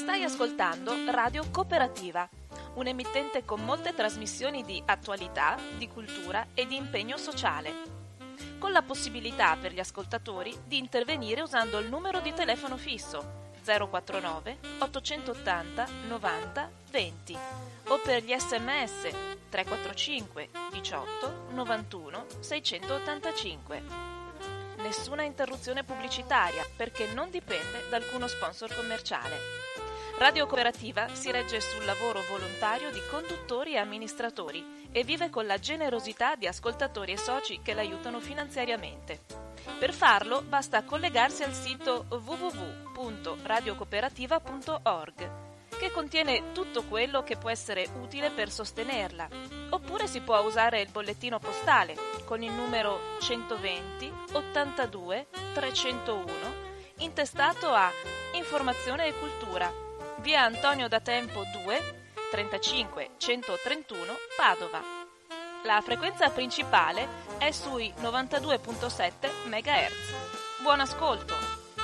Stai ascoltando Radio Cooperativa, un emittente con molte trasmissioni di attualità, di cultura e di impegno sociale, con la possibilità per gli ascoltatori di intervenire usando il numero di telefono fisso 049 880 90 20 o per gli SMS 345 18 91 685. Nessuna interruzione pubblicitaria perché non dipende da alcuno sponsor commerciale. Radio Cooperativa si regge sul lavoro volontario di conduttori e amministratori e vive con la generosità di ascoltatori e soci che l'aiutano finanziariamente. Per farlo basta collegarsi al sito www.radiocooperativa.org, che contiene tutto quello che può essere utile per sostenerla, oppure si può usare il bollettino postale con il numero 120 82 301 intestato a Informazione e Cultura, via Antonio da Tempo 2, 35 131 Padova. La frequenza principale è sui 92.7 MHz. Buon ascolto!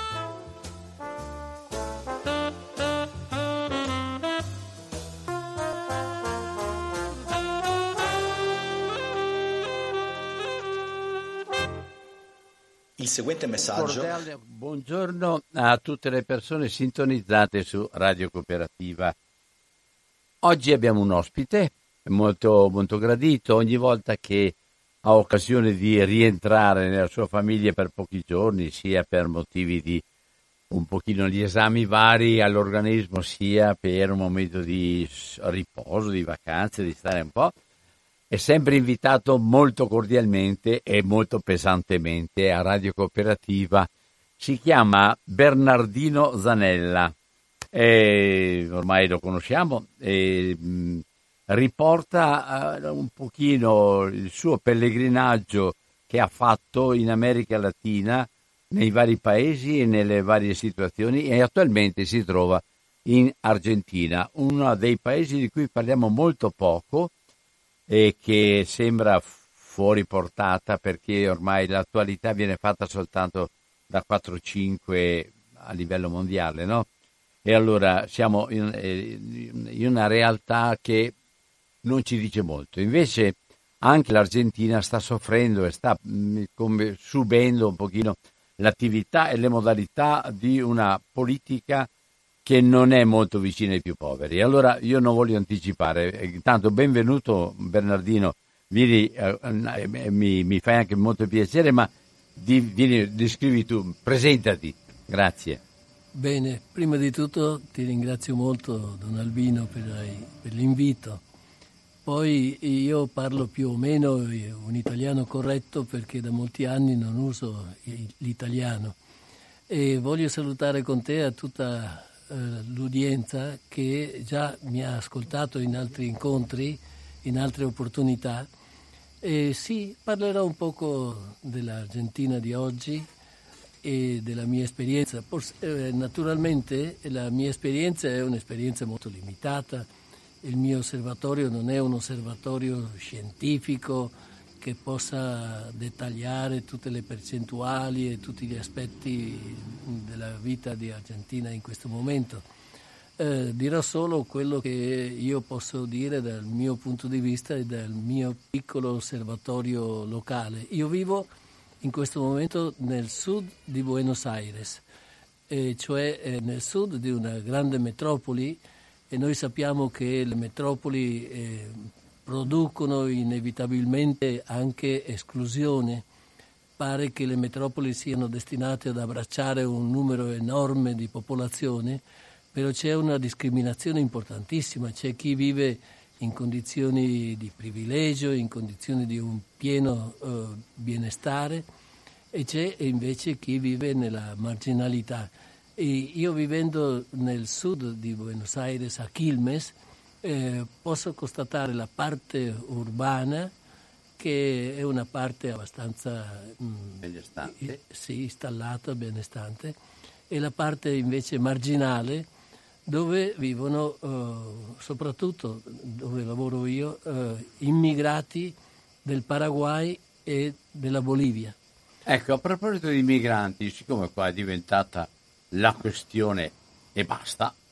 Il seguente messaggio. Cordiale buongiorno a tutte le persone sintonizzate su Radio Cooperativa. Oggi abbiamo un ospite molto, molto gradito. Ogni volta che ha occasione di rientrare nella sua famiglia per pochi giorni, sia per motivi di un pochino gli esami vari all'organismo, sia per un momento di riposo, di vacanze, di stare un po', è sempre invitato molto cordialmente e molto pesantemente a Radio Cooperativa. Si chiama Bernardino Zanella, ormai lo conosciamo, riporta un pochino il suo pellegrinaggio che ha fatto in America Latina, nei vari paesi e nelle varie situazioni, e attualmente si trova in Argentina, uno dei paesi di cui parliamo molto poco e che sembra fuori portata perché ormai l'attualità viene fatta soltanto da 4-5 a livello mondiale, no? E allora siamo in una realtà che non ci dice molto. Invece anche l'Argentina sta soffrendo e sta subendo un pochino l'attività e le modalità di una politica che non è molto vicina ai più poveri. Allora io non voglio anticipare. Intanto benvenuto Bernardino, vieni, mi fai anche molto piacere, ma descrivi tu, presentati. Grazie. Bene, prima di tutto ti ringrazio molto Don Albino per l'invito. Poi io parlo più o meno un italiano corretto perché da molti anni non uso l'italiano, e voglio salutare con te a tutta l'udienza che già mi ha ascoltato in altri incontri, in altre opportunità. E sì, parlerò un poco dell'Argentina di oggi e della mia esperienza. Naturalmente la mia esperienza è un'esperienza molto limitata. Il mio osservatorio non è un osservatorio scientifico che possa dettagliare tutte le percentuali e tutti gli aspetti della vita di Argentina in questo momento. Dirò solo quello che io posso dire dal mio punto di vista e dal mio piccolo osservatorio locale. Io vivo in questo momento nel sud di Buenos Aires, cioè nel sud di una grande metropoli, e noi sappiamo che le metropoli producono inevitabilmente anche esclusione. Pare che le metropoli siano destinate ad abbracciare un numero enorme di popolazione, però c'è una discriminazione importantissima. C'è chi vive in condizioni di privilegio, in condizioni di un pieno benestare, e c'è invece chi vive nella marginalità. E io, vivendo nel sud di Buenos Aires, a Quilmes, posso constatare la parte urbana, che è una parte abbastanza benestante, sì, installata, benestante, e la parte invece marginale, dove vivono, soprattutto dove lavoro io, immigrati del Paraguay e della Bolivia. Ecco, a proposito di migranti, siccome qua è diventata la questione e basta,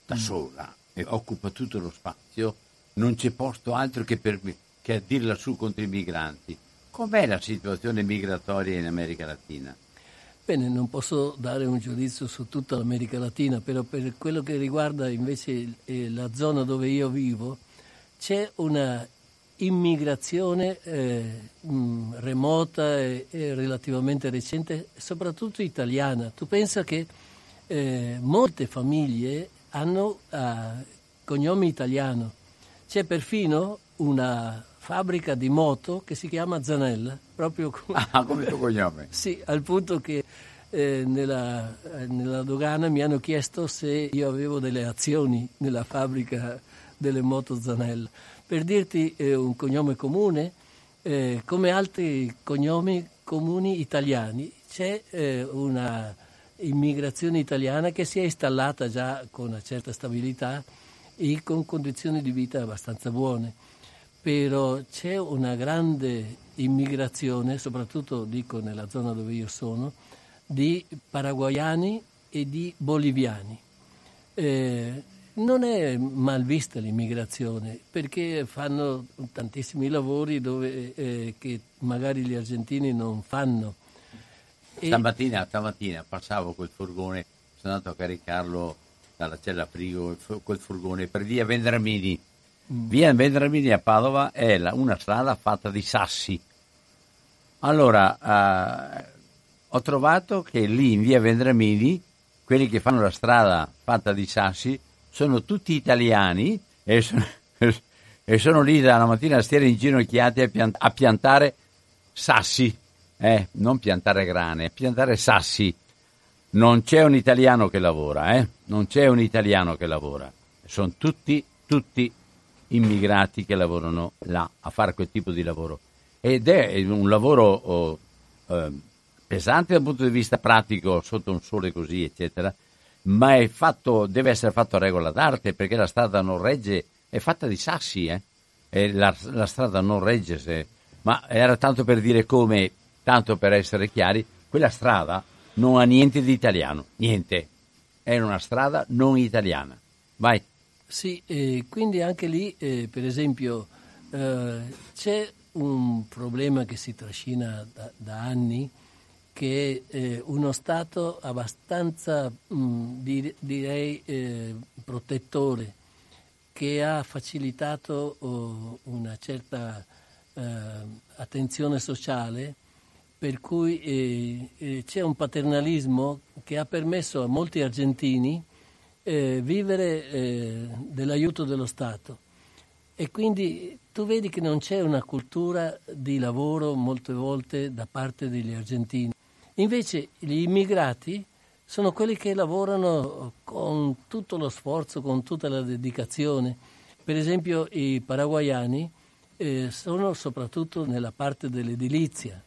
da sola e occupa tutto lo spazio, non c'è posto altro che a dirla su contro i migranti. Com'è la situazione migratoria in America Latina? Bene, non posso dare un giudizio su tutta l'America Latina, però per quello che riguarda invece la zona dove io vivo, c'è una immigrazione remota e relativamente recente, soprattutto italiana. Tu pensa che molte famiglie hanno cognome italiano. C'è perfino una fabbrica di moto che si chiama Zanella, proprio come tuo cognome? Sì, al punto che nella dogana mi hanno chiesto se io avevo delle azioni nella fabbrica delle moto Zanella. Per dirti un cognome comune, come altri cognomi comuni italiani, c'è una immigrazione italiana che si è installata già con una certa stabilità e con condizioni di vita abbastanza buone. Però c'è una grande immigrazione, soprattutto dico nella zona dove io sono, di paraguayani e di boliviani. Non è mal vista l'immigrazione perché fanno tantissimi lavori che magari gli argentini non fanno. Stamattina passavo col furgone, sono andato a caricarlo dalla cella frigo, quel furgone per via Vendramini. Via Vendramini a Padova è una strada fatta di sassi. Allora, ho trovato che lì in via Vendramini, quelli che fanno la strada fatta di sassi, sono tutti italiani e sono lì dalla mattina a stiere inginocchiati a piantare sassi, non piantare grane, piantare sassi. Non c'è un italiano che lavora, non c'è un italiano che lavora. Sono tutti immigrati che lavorano là a fare quel tipo di lavoro. Ed è un lavoro pesante dal punto di vista pratico, sotto un sole così, eccetera, ma deve essere fatto a regola d'arte, perché la strada non regge, è fatta di sassi, e la strada non regge. Ma era tanto per dire come, tanto per essere chiari, quella strada non ha niente di italiano, niente, è una strada non italiana. Vai. Sì, quindi anche lì, per esempio, c'è un problema che si trascina da anni, che è uno Stato abbastanza, direi, protettore, che ha facilitato una certa attenzione sociale, per cui c'è un paternalismo che ha permesso a molti argentini vivere dell'aiuto dello Stato. E quindi tu vedi che non c'è una cultura di lavoro molte volte da parte degli argentini. Invece gli immigrati sono quelli che lavorano con tutto lo sforzo, con tutta la dedicazione. Per esempio i paraguayani sono soprattutto nella parte dell'edilizia.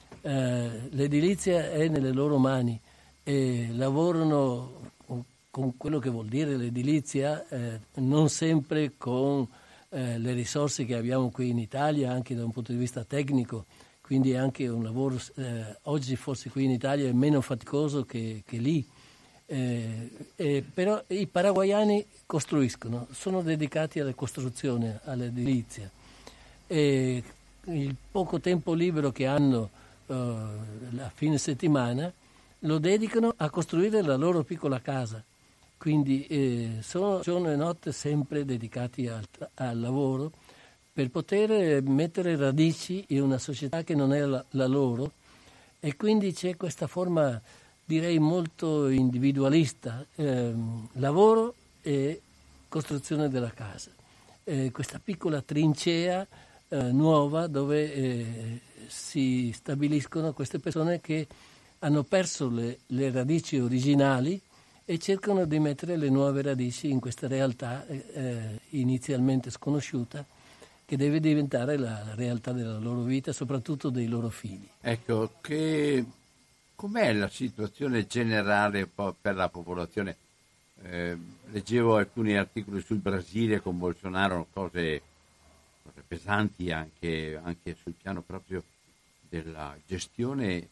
L'edilizia è nelle loro mani e lavorano con quello che vuol dire l'edilizia, non sempre con le risorse che abbiamo qui in Italia, anche da un punto di vista tecnico. Quindi è anche un lavoro, oggi forse qui in Italia è meno faticoso che lì, però i paraguayani costruiscono, sono dedicati alla costruzione, all'edilizia, e il poco tempo libero che hanno a fine settimana lo dedicano a costruire la loro piccola casa, quindi sono giorno e notte sempre dedicati al lavoro, per poter mettere radici in una società che non è la loro, e quindi c'è questa forma, direi, molto individualista, lavoro e costruzione della casa. Questa piccola trincea nuova dove si stabiliscono queste persone che hanno perso le radici originali e cercano di mettere le nuove radici in questa realtà inizialmente sconosciuta, che deve diventare la realtà della loro vita, soprattutto dei loro figli. Ecco, com'è la situazione generale per la popolazione? Leggevo alcuni articoli sul Brasile con Bolsonaro, cose pesanti anche sul piano proprio della gestione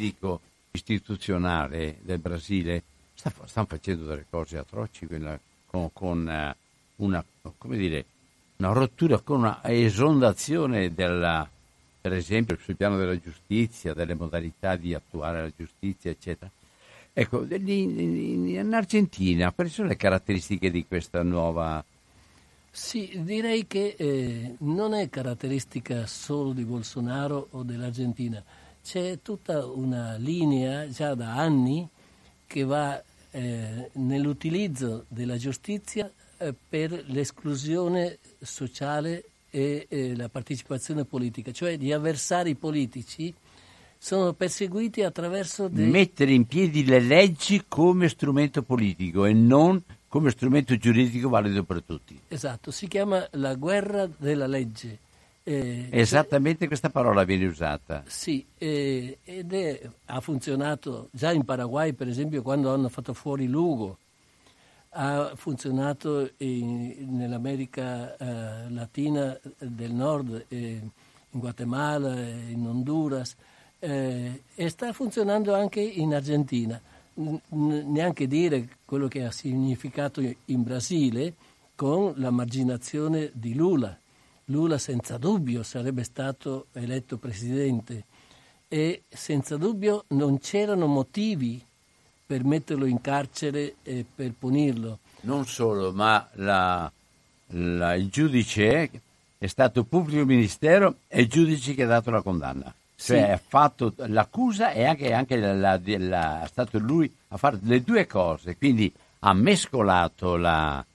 giuridico-istituzionale del Brasile. Stanno facendo delle cose atroci con una, come dire, una rottura, con una esondazione per esempio sul piano della giustizia, delle modalità di attuare la giustizia, eccetera. Ecco, in Argentina, quali sono le caratteristiche di questa nuova? Sì, direi che non è caratteristica solo di Bolsonaro o dell'Argentina. C'è tutta una linea già da anni che va nell'utilizzo della giustizia per l'esclusione sociale e la partecipazione politica, cioè gli avversari politici sono perseguiti attraverso mettere in piedi le leggi come strumento politico e non come strumento giuridico valido per tutti. Esatto, si chiama la guerra della legge. Esattamente questa parola viene usata. Sì, ha funzionato già in Paraguay, per esempio, quando hanno fatto fuori Lugo. Ha funzionato nell'America Latina del Nord, in Guatemala, in Honduras, e sta funzionando anche in Argentina. Neanche dire quello che ha significato in Brasile con la marginazione di Lula. Lula senza dubbio sarebbe stato eletto presidente e senza dubbio non c'erano motivi per metterlo in carcere e per punirlo. Non solo, ma il giudice è stato pubblico ministero e il giudice che ha dato la condanna. Cioè ha fatto l'accusa e anche è stato lui a fare le due cose, quindi ha mescolato la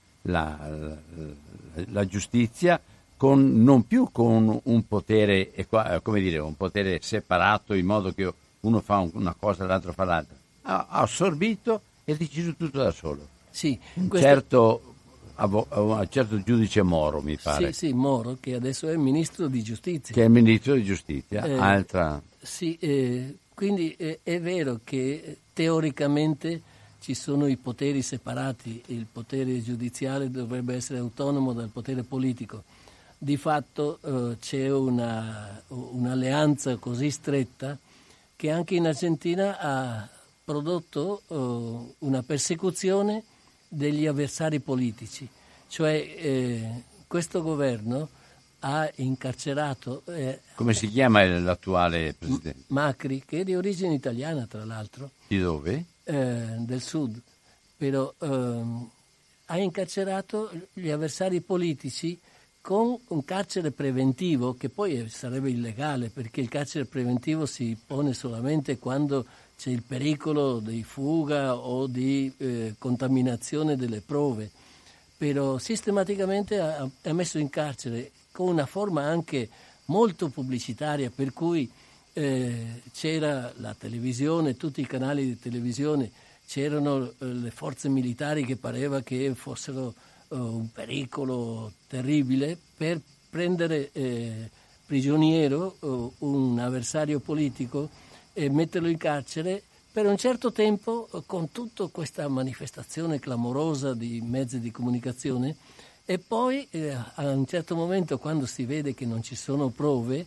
giustizia non più con un potere, come dire, un potere separato in modo che uno fa una cosa e l'altro fa l'altra. Ha assorbito e deciso tutto da solo. Sì, un certo giudice Moro, mi pare. Sì, Moro, che adesso è ministro di giustizia. Che è ministro di giustizia, altra. Sì, quindi è vero che teoricamente ci sono i poteri separati, il potere giudiziario dovrebbe essere autonomo dal potere politico. Di fatto c'è un'alleanza così stretta che anche in Argentina ha prodotto una persecuzione degli avversari politici, cioè questo governo ha incarcerato come si chiama l'attuale presidente? Macri, che è di origine italiana tra l'altro. Di dove? Del sud, però ha incarcerato gli avversari politici con un carcere preventivo che poi sarebbe illegale, perché il carcere preventivo si pone solamente quando c'è il pericolo di fuga o di contaminazione delle prove, però sistematicamente ha messo in carcere con una forma anche molto pubblicitaria, per cui c'era la televisione, tutti i canali di televisione, c'erano le forze militari che pareva che fossero un pericolo terribile per prendere prigioniero un avversario politico e metterlo in carcere per un certo tempo, con tutta questa manifestazione clamorosa di mezzi di comunicazione, e poi a un certo momento, quando si vede che non ci sono prove,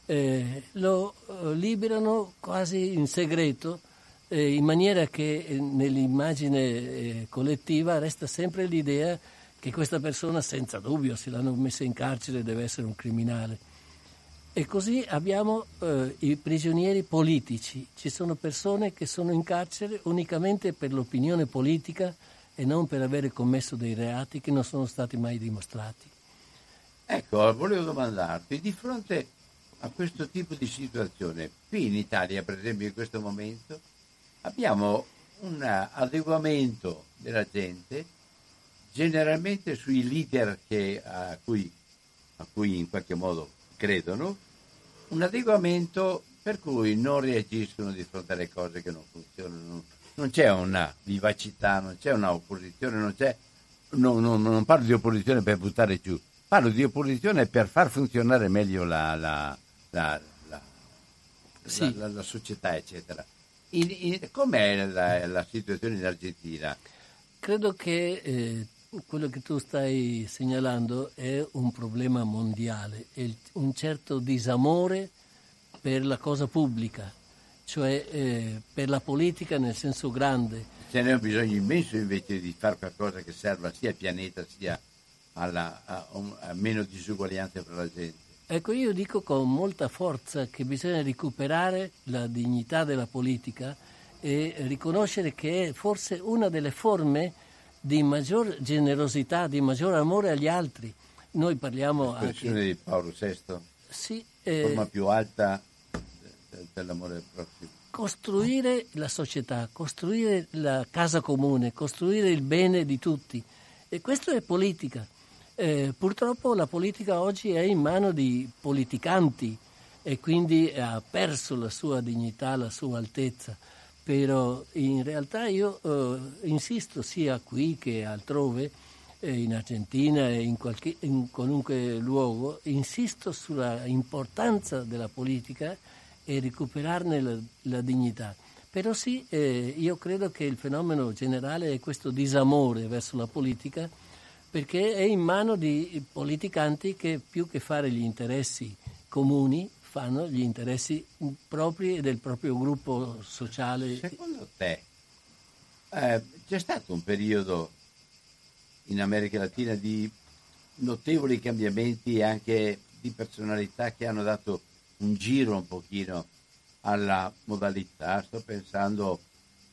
lo liberano quasi in segreto, in maniera che nell'immagine collettiva resta sempre l'idea che questa persona, senza dubbio, se l'hanno messa in carcere, deve essere un criminale. E così abbiamo i prigionieri politici. Ci sono persone che sono in carcere unicamente per l'opinione politica e non per avere commesso dei reati che non sono stati mai dimostrati. Ecco, volevo domandarti, di fronte a questo tipo di situazione, qui in Italia, per esempio, in questo momento, abbiamo un adeguamento della gente, generalmente sui leader a cui in qualche modo credono, un adeguamento per cui non reagiscono di fronte alle cose che non funzionano, non c'è una vivacità, non c'è una opposizione, non parlo di opposizione per buttare giù, parlo di opposizione per far funzionare meglio la società, eccetera. Com'è la situazione in Argentina? Credo che quello che tu stai segnalando è un problema mondiale, è un certo disamore per la cosa pubblica, cioè per la politica nel senso grande. ce n'è un bisogno immenso invece di fare qualcosa che serva sia al pianeta sia a meno disuguaglianze fra la gente. Ecco, io dico con molta forza che bisogna recuperare la dignità della politica e riconoscere che è forse una delle forme di maggior generosità, di maggior amore agli altri. Noi parliamo l'espressione di Paolo VI, sì, forma più alta dell'amore al prossimo. Costruire la società, costruire la casa comune, costruire il bene di tutti. E questo è politica. Purtroppo la politica oggi è in mano di politicanti e quindi ha perso la sua dignità, la sua altezza. Però in realtà io insisto sia qui che altrove, in Argentina e in qualunque luogo, insisto sulla importanza della politica e recuperarne la dignità. Però sì, io credo che il fenomeno generale è questo disamore verso la politica, perché è in mano di politicanti che più che fare gli interessi comuni fanno gli interessi propri e del proprio gruppo sociale. Secondo te c'è stato un periodo in America Latina di notevoli cambiamenti anche di personalità che hanno dato un giro un pochino alla modalità? Sto pensando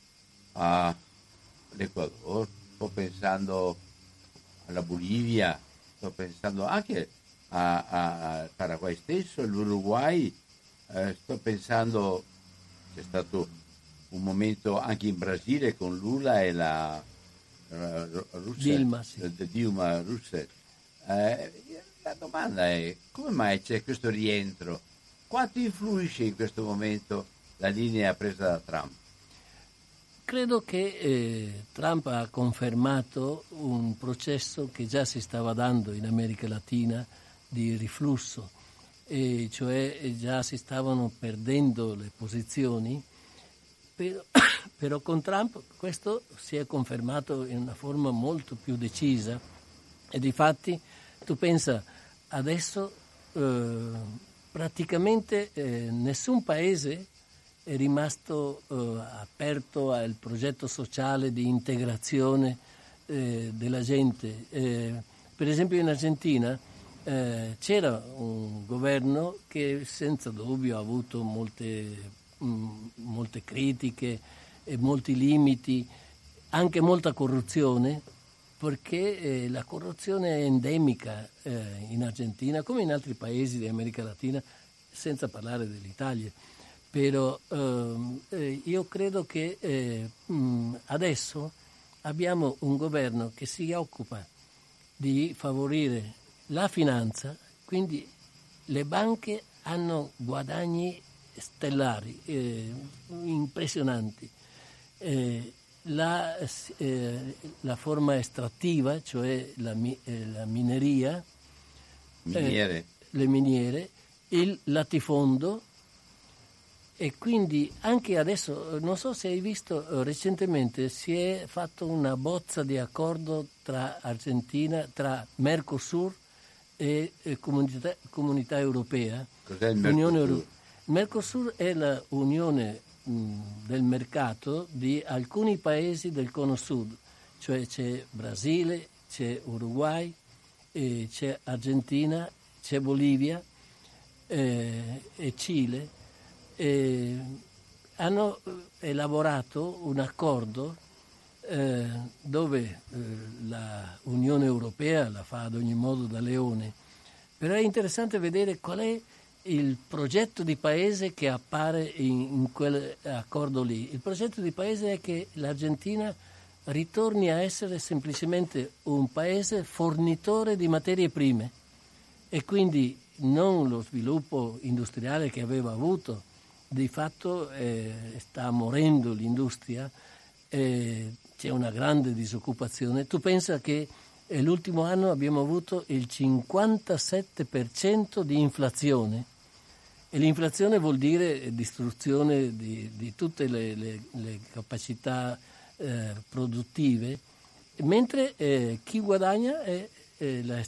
all'Ecuador, sto pensando alla Bolivia, sto pensando anche al Paraguay stesso, all'Uruguay, sto pensando, c'è stato un momento anche in Brasile con Lula e la Dilma, sì. Dilma Rousseff. La domanda è: come mai c'è questo rientro? Quanto influisce in questo momento la linea presa da Trump? Credo che Trump ha confermato un processo che già si stava dando in America Latina di riflusso, e cioè già si stavano perdendo le posizioni, però con Trump questo si è confermato in una forma molto più decisa e difatti tu pensa adesso praticamente nessun paese è rimasto aperto al progetto sociale di integrazione della gente. Per esempio in Argentina c'era un governo che senza dubbio ha avuto molte critiche e molti limiti, anche molta corruzione, perché la corruzione è endemica in Argentina come in altri paesi di America Latina, senza parlare dell'Italia. Però io credo che adesso abbiamo un governo che si occupa di favorire la finanza, quindi le banche hanno guadagni stellari, impressionanti. La forma estrattiva, cioè la mineria, le miniere, il latifondo, e quindi anche adesso, non so se hai visto, recentemente si è fatto una bozza di accordo tra Argentina, tra Mercosur e Comunità Europea. Cos'è il Mercosur? Il Mercosur è la unione del mercato di alcuni paesi del Cono Sud, cioè c'è Brasile, c'è Uruguay, c'è Argentina, c'è Bolivia e Cile. Hanno elaborato un accordo dove la Unione Europea la fa ad ogni modo da leone, però è interessante vedere qual è il progetto di paese che appare in quell'accordo lì. Il progetto di paese è che l'Argentina ritorni a essere semplicemente un paese fornitore di materie prime e quindi non lo sviluppo industriale che aveva avuto. Di fatto sta morendo l'industria, c'è una grande disoccupazione. Tu pensa che l'ultimo anno abbiamo avuto il 57% di inflazione, e l'inflazione vuol dire distruzione di tutte le capacità produttive, mentre chi guadagna è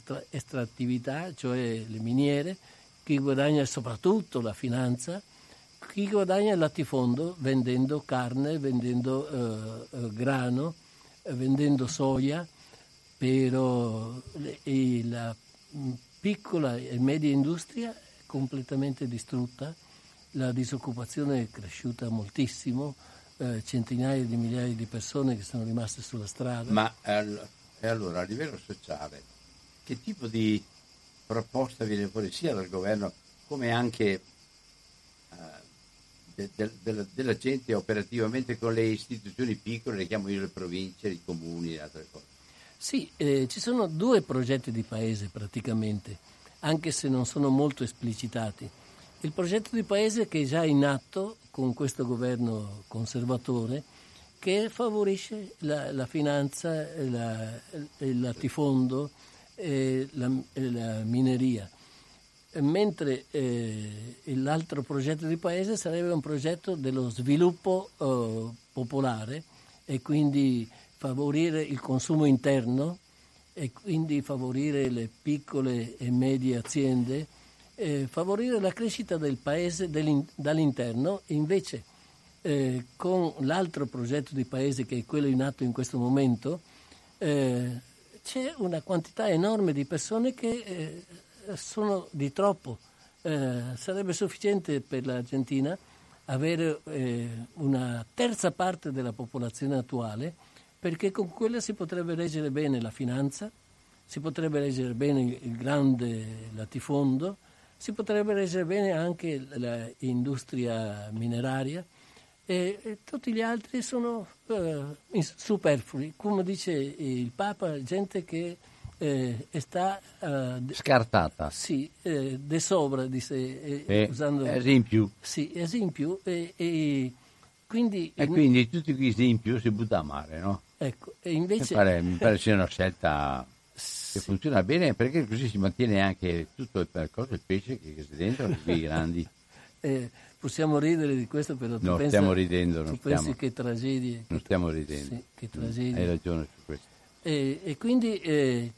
l'estrattività, cioè le miniere, chi guadagna soprattutto la finanza, chi guadagna il latifondo vendendo carne, vendendo grano, vendendo soia, però la piccola e media industria è completamente distrutta, la disoccupazione è cresciuta moltissimo, centinaia di migliaia di persone che sono rimaste sulla strada. Ma e allora a livello sociale che tipo di proposta viene fuori sia dal governo come anche della gente operativamente con le istituzioni piccole, le chiamo io le province, i comuni e altre cose? Sì, ci sono 2 progetti di paese praticamente, anche se non sono molto esplicitati. Il progetto di paese che è già in atto con questo governo conservatore, che favorisce la finanza, il latifondo e la mineria. Mentre l'altro progetto di paese sarebbe un progetto dello sviluppo popolare e quindi favorire il consumo interno e quindi favorire le piccole e medie aziende, favorire la crescita del paese dall'interno. Invece con l'altro progetto di paese, che è quello in atto in questo momento, c'è una quantità enorme di persone che sono di troppo. Sarebbe sufficiente per l'Argentina avere una terza parte della popolazione attuale, perché con quella si potrebbe reggere bene la finanza, si potrebbe reggere bene il grande latifondo, si potrebbe reggere bene anche l'industria mineraria, e tutti gli altri sono superflui, come dice il Papa, gente che sta scartata. Sì, de sobra, dice, usando esempio. Sì, esempio, e quindi tutti questi in più si butta a mare, no? Ecco, e invece mi pare sia una scelta che funziona bene, perché così si mantiene anche tutto il percorso, il pesce che c'è dentro, i grandi. Possiamo ridere di questo, però tu pensi, stiamo ridendo, pensi che tragedie. Non stiamo ridendo. Sì, che tragedie. Hai ragione su questo. E quindi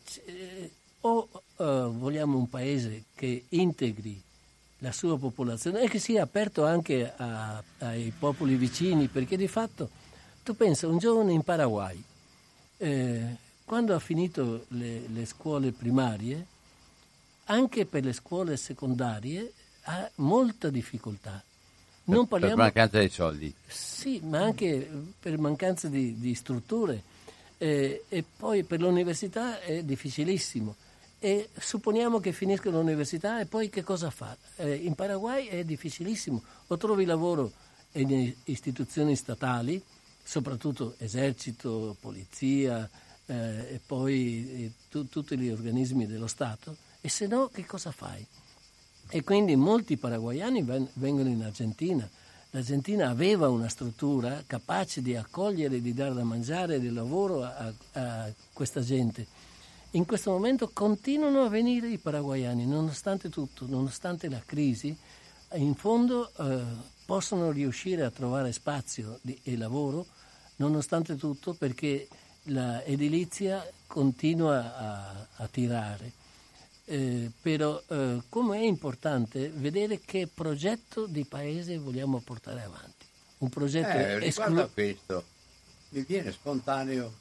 vogliamo un paese che integri la sua popolazione e che sia aperto anche ai popoli vicini, perché di fatto tu pensa, un giovane in Paraguay, quando ha finito le scuole primarie, anche per le scuole secondarie ha molta difficoltà. Non parliamo... Per mancanza di soldi. Sì, ma anche per mancanza di strutture. E poi per l'università è difficilissimo. E supponiamo che finisca l'università e poi che cosa fa? In Paraguay è difficilissimo. O trovi lavoro in istituzioni statali, soprattutto esercito, polizia e poi tutti gli organismi dello Stato, e se no che cosa fai? E quindi molti paraguayani vengono in Argentina. L'Argentina aveva una struttura capace di accogliere, di dare da mangiare e di lavoro a questa gente. In questo momento continuano a venire i paraguayani, nonostante tutto, nonostante la crisi, in fondo possono riuscire a trovare spazio e lavoro, nonostante tutto, perché l'edilizia continua a tirare. Però come è importante vedere che progetto di paese vogliamo portare avanti. Un progetto riguardo a questo mi viene spontaneo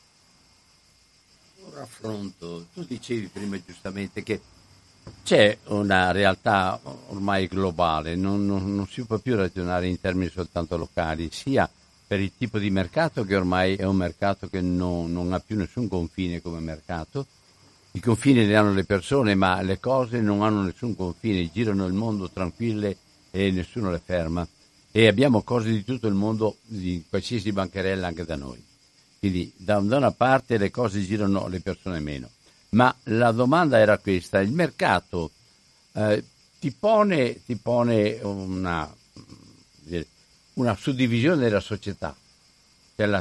un raffronto. Tu dicevi prima giustamente che c'è una realtà ormai globale, non si può più ragionare in termini soltanto locali, sia per il tipo di mercato, che ormai è un mercato che non ha più nessun confine come mercato. I confini li hanno le persone, ma le cose non hanno nessun confine, girano il mondo tranquille e nessuno le ferma. E abbiamo cose di tutto il mondo, di qualsiasi bancarella, anche da noi. Quindi da una parte le cose girano, le persone meno. Ma la domanda era questa: il mercato ti pone una suddivisione della società, te la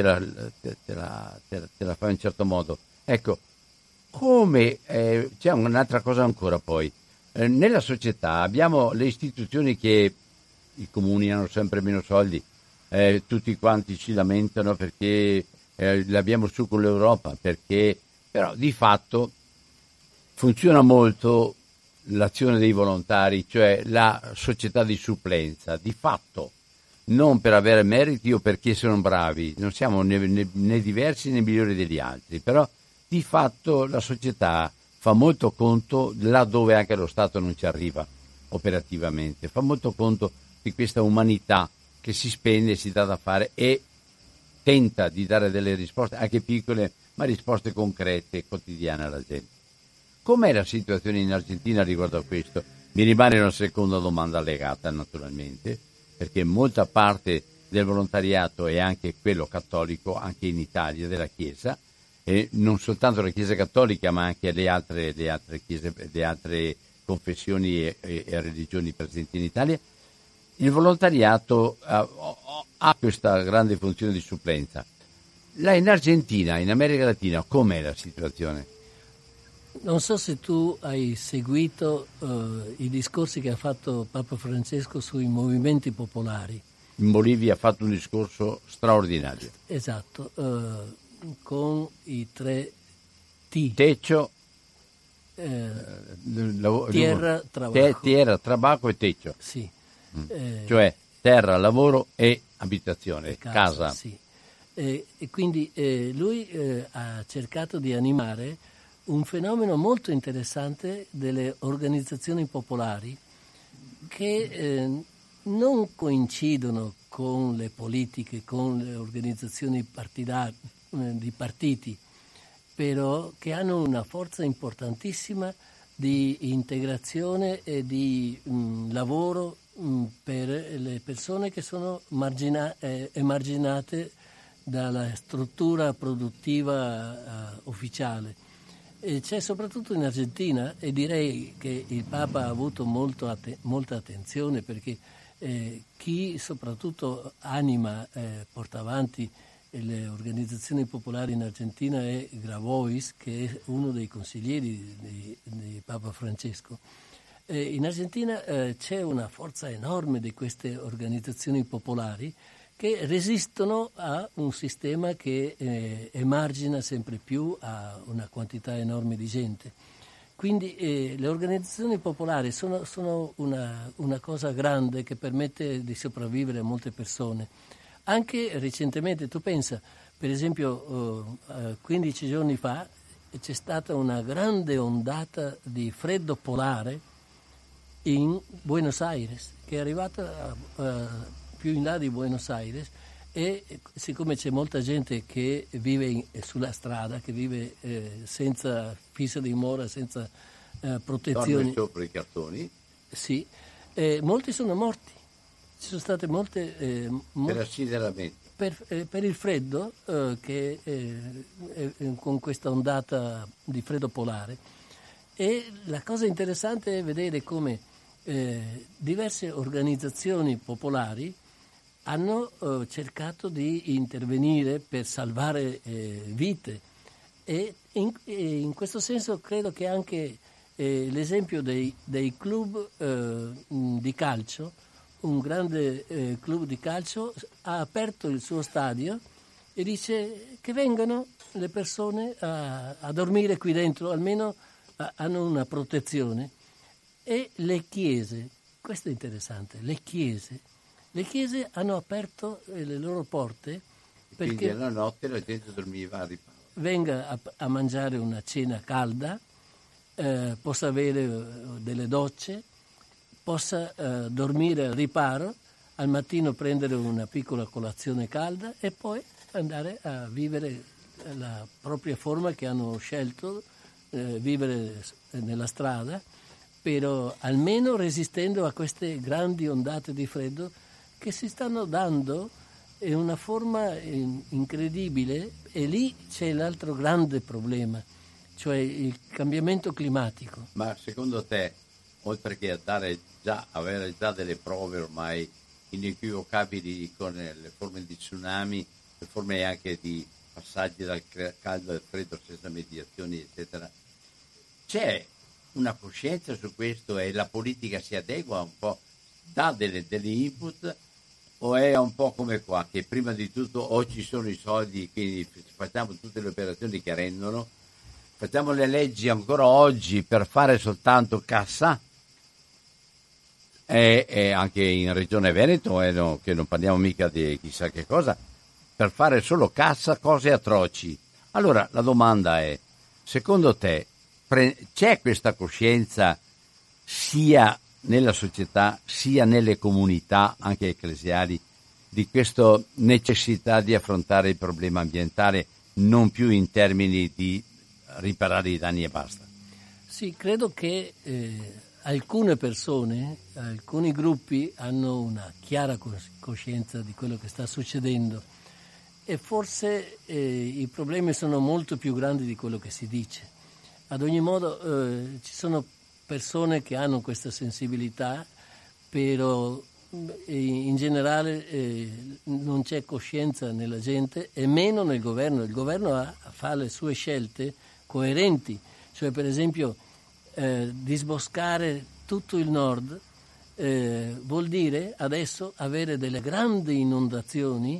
fa in un certo modo. Ecco, come c'è un'altra cosa ancora poi. Nella società abbiamo le istituzioni che i comuni hanno sempre meno soldi, tutti quanti ci lamentano perché l'abbiamo su con l'Europa, perché però di fatto funziona molto l'azione dei volontari, cioè la società di supplenza, di fatto, non per avere meriti o perché sono bravi, non siamo né diversi né migliori degli altri, però di fatto la società fa molto conto laddove anche lo Stato non ci arriva operativamente, fa molto conto di questa umanità che si spende, si dà da fare e tenta di dare delle risposte, anche piccole, ma risposte concrete, quotidiane alla gente. Com'è la situazione in Argentina riguardo a questo? Mi rimane una seconda domanda legata, naturalmente, perché molta parte del volontariato è anche quello cattolico, anche in Italia, della Chiesa, e non soltanto la Chiesa cattolica, ma anche le altre chiese, le altre confessioni e religioni presenti in Italia. Il volontariato ha questa grande funzione di supplenza. Là in Argentina, in America Latina, com'è la situazione? Non so se tu hai seguito i discorsi che ha fatto Papa Francesco sui movimenti popolari. In Bolivia ha fatto un discorso straordinario. Esatto, con i 3 T. Techo, tierra, trabajo. Tierra, trabajo e techo. Sì. Cioè terra, lavoro e abitazione, casa. Sì. E quindi lui ha cercato di animare un fenomeno molto interessante delle organizzazioni popolari che non coincidono con le politiche, con le organizzazioni di partiti, però che hanno una forza importantissima di integrazione e di lavoro per le persone che sono emarginate dalla struttura produttiva ufficiale. E c'è soprattutto in Argentina, e direi che il Papa ha avuto molta attenzione, perché chi soprattutto anima, porta avanti le organizzazioni popolari in Argentina è Grabois, che è uno dei consiglieri di Papa Francesco. In Argentina c'è una forza enorme di queste organizzazioni popolari che resistono a un sistema che emargina sempre più a una quantità enorme di gente. Quindi le organizzazioni popolari sono una cosa grande che permette di sopravvivere a molte persone. Anche recentemente, tu pensa, per esempio 15 giorni fa c'è stata una grande ondata di freddo polare in Buenos Aires, che è arrivata più in là di Buenos Aires, e siccome c'è molta gente che vive sulla strada, che vive senza fissa dimora, senza protezioni. Dorme sopra i cartoni? Sì, molti sono morti. Ci sono state molte per assideramento. Per il freddo che con questa ondata di freddo polare. E la cosa interessante è vedere come diverse organizzazioni popolari hanno cercato di intervenire per salvare vite, e in questo senso credo che anche l'esempio dei club di calcio, un grande club di calcio ha aperto il suo stadio e dice che vengano le persone a dormire qui dentro, almeno hanno una protezione. E le chiese, questo è interessante, le chiese hanno aperto le loro porte perché quindi alla notte la gente dormiva a riparo. Venga a mangiare una cena calda, possa avere delle docce, possa dormire al riparo, al mattino prendere una piccola colazione calda e poi andare a vivere la propria forma che hanno scelto, vivere nella strada, però almeno resistendo a queste grandi ondate di freddo che si stanno dando in una forma incredibile. E lì c'è l'altro grande problema, cioè il cambiamento climatico. Ma secondo te, oltre che avere già delle prove ormai inequivocabili con le forme di tsunami, le forme anche di passaggi dal caldo al freddo senza mediazioni, eccetera, c'è una coscienza su questo e la politica si adegua un po', dà degli input, o è un po' come qua, che prima di tutto o ci sono i soldi, quindi facciamo tutte le operazioni che rendono, facciamo le leggi ancora oggi per fare soltanto cassa, e anche in Regione Veneto, no, che non parliamo mica di chissà che cosa, per fare solo cassa, cose atroci. Allora la domanda è, secondo te c'è questa coscienza sia nella società sia nelle comunità anche ecclesiali di questa necessità di affrontare il problema ambientale non più in termini di riparare i danni e basta? Sì, credo che alcune persone, alcuni gruppi hanno una chiara coscienza di quello che sta succedendo e forse i problemi sono molto più grandi di quello che si dice. Ad ogni modo ci sono persone che hanno questa sensibilità, però in generale non c'è coscienza nella gente e meno nel governo. Il governo fa le sue scelte coerenti, cioè per esempio disboscare tutto il nord vuol dire adesso avere delle grandi inondazioni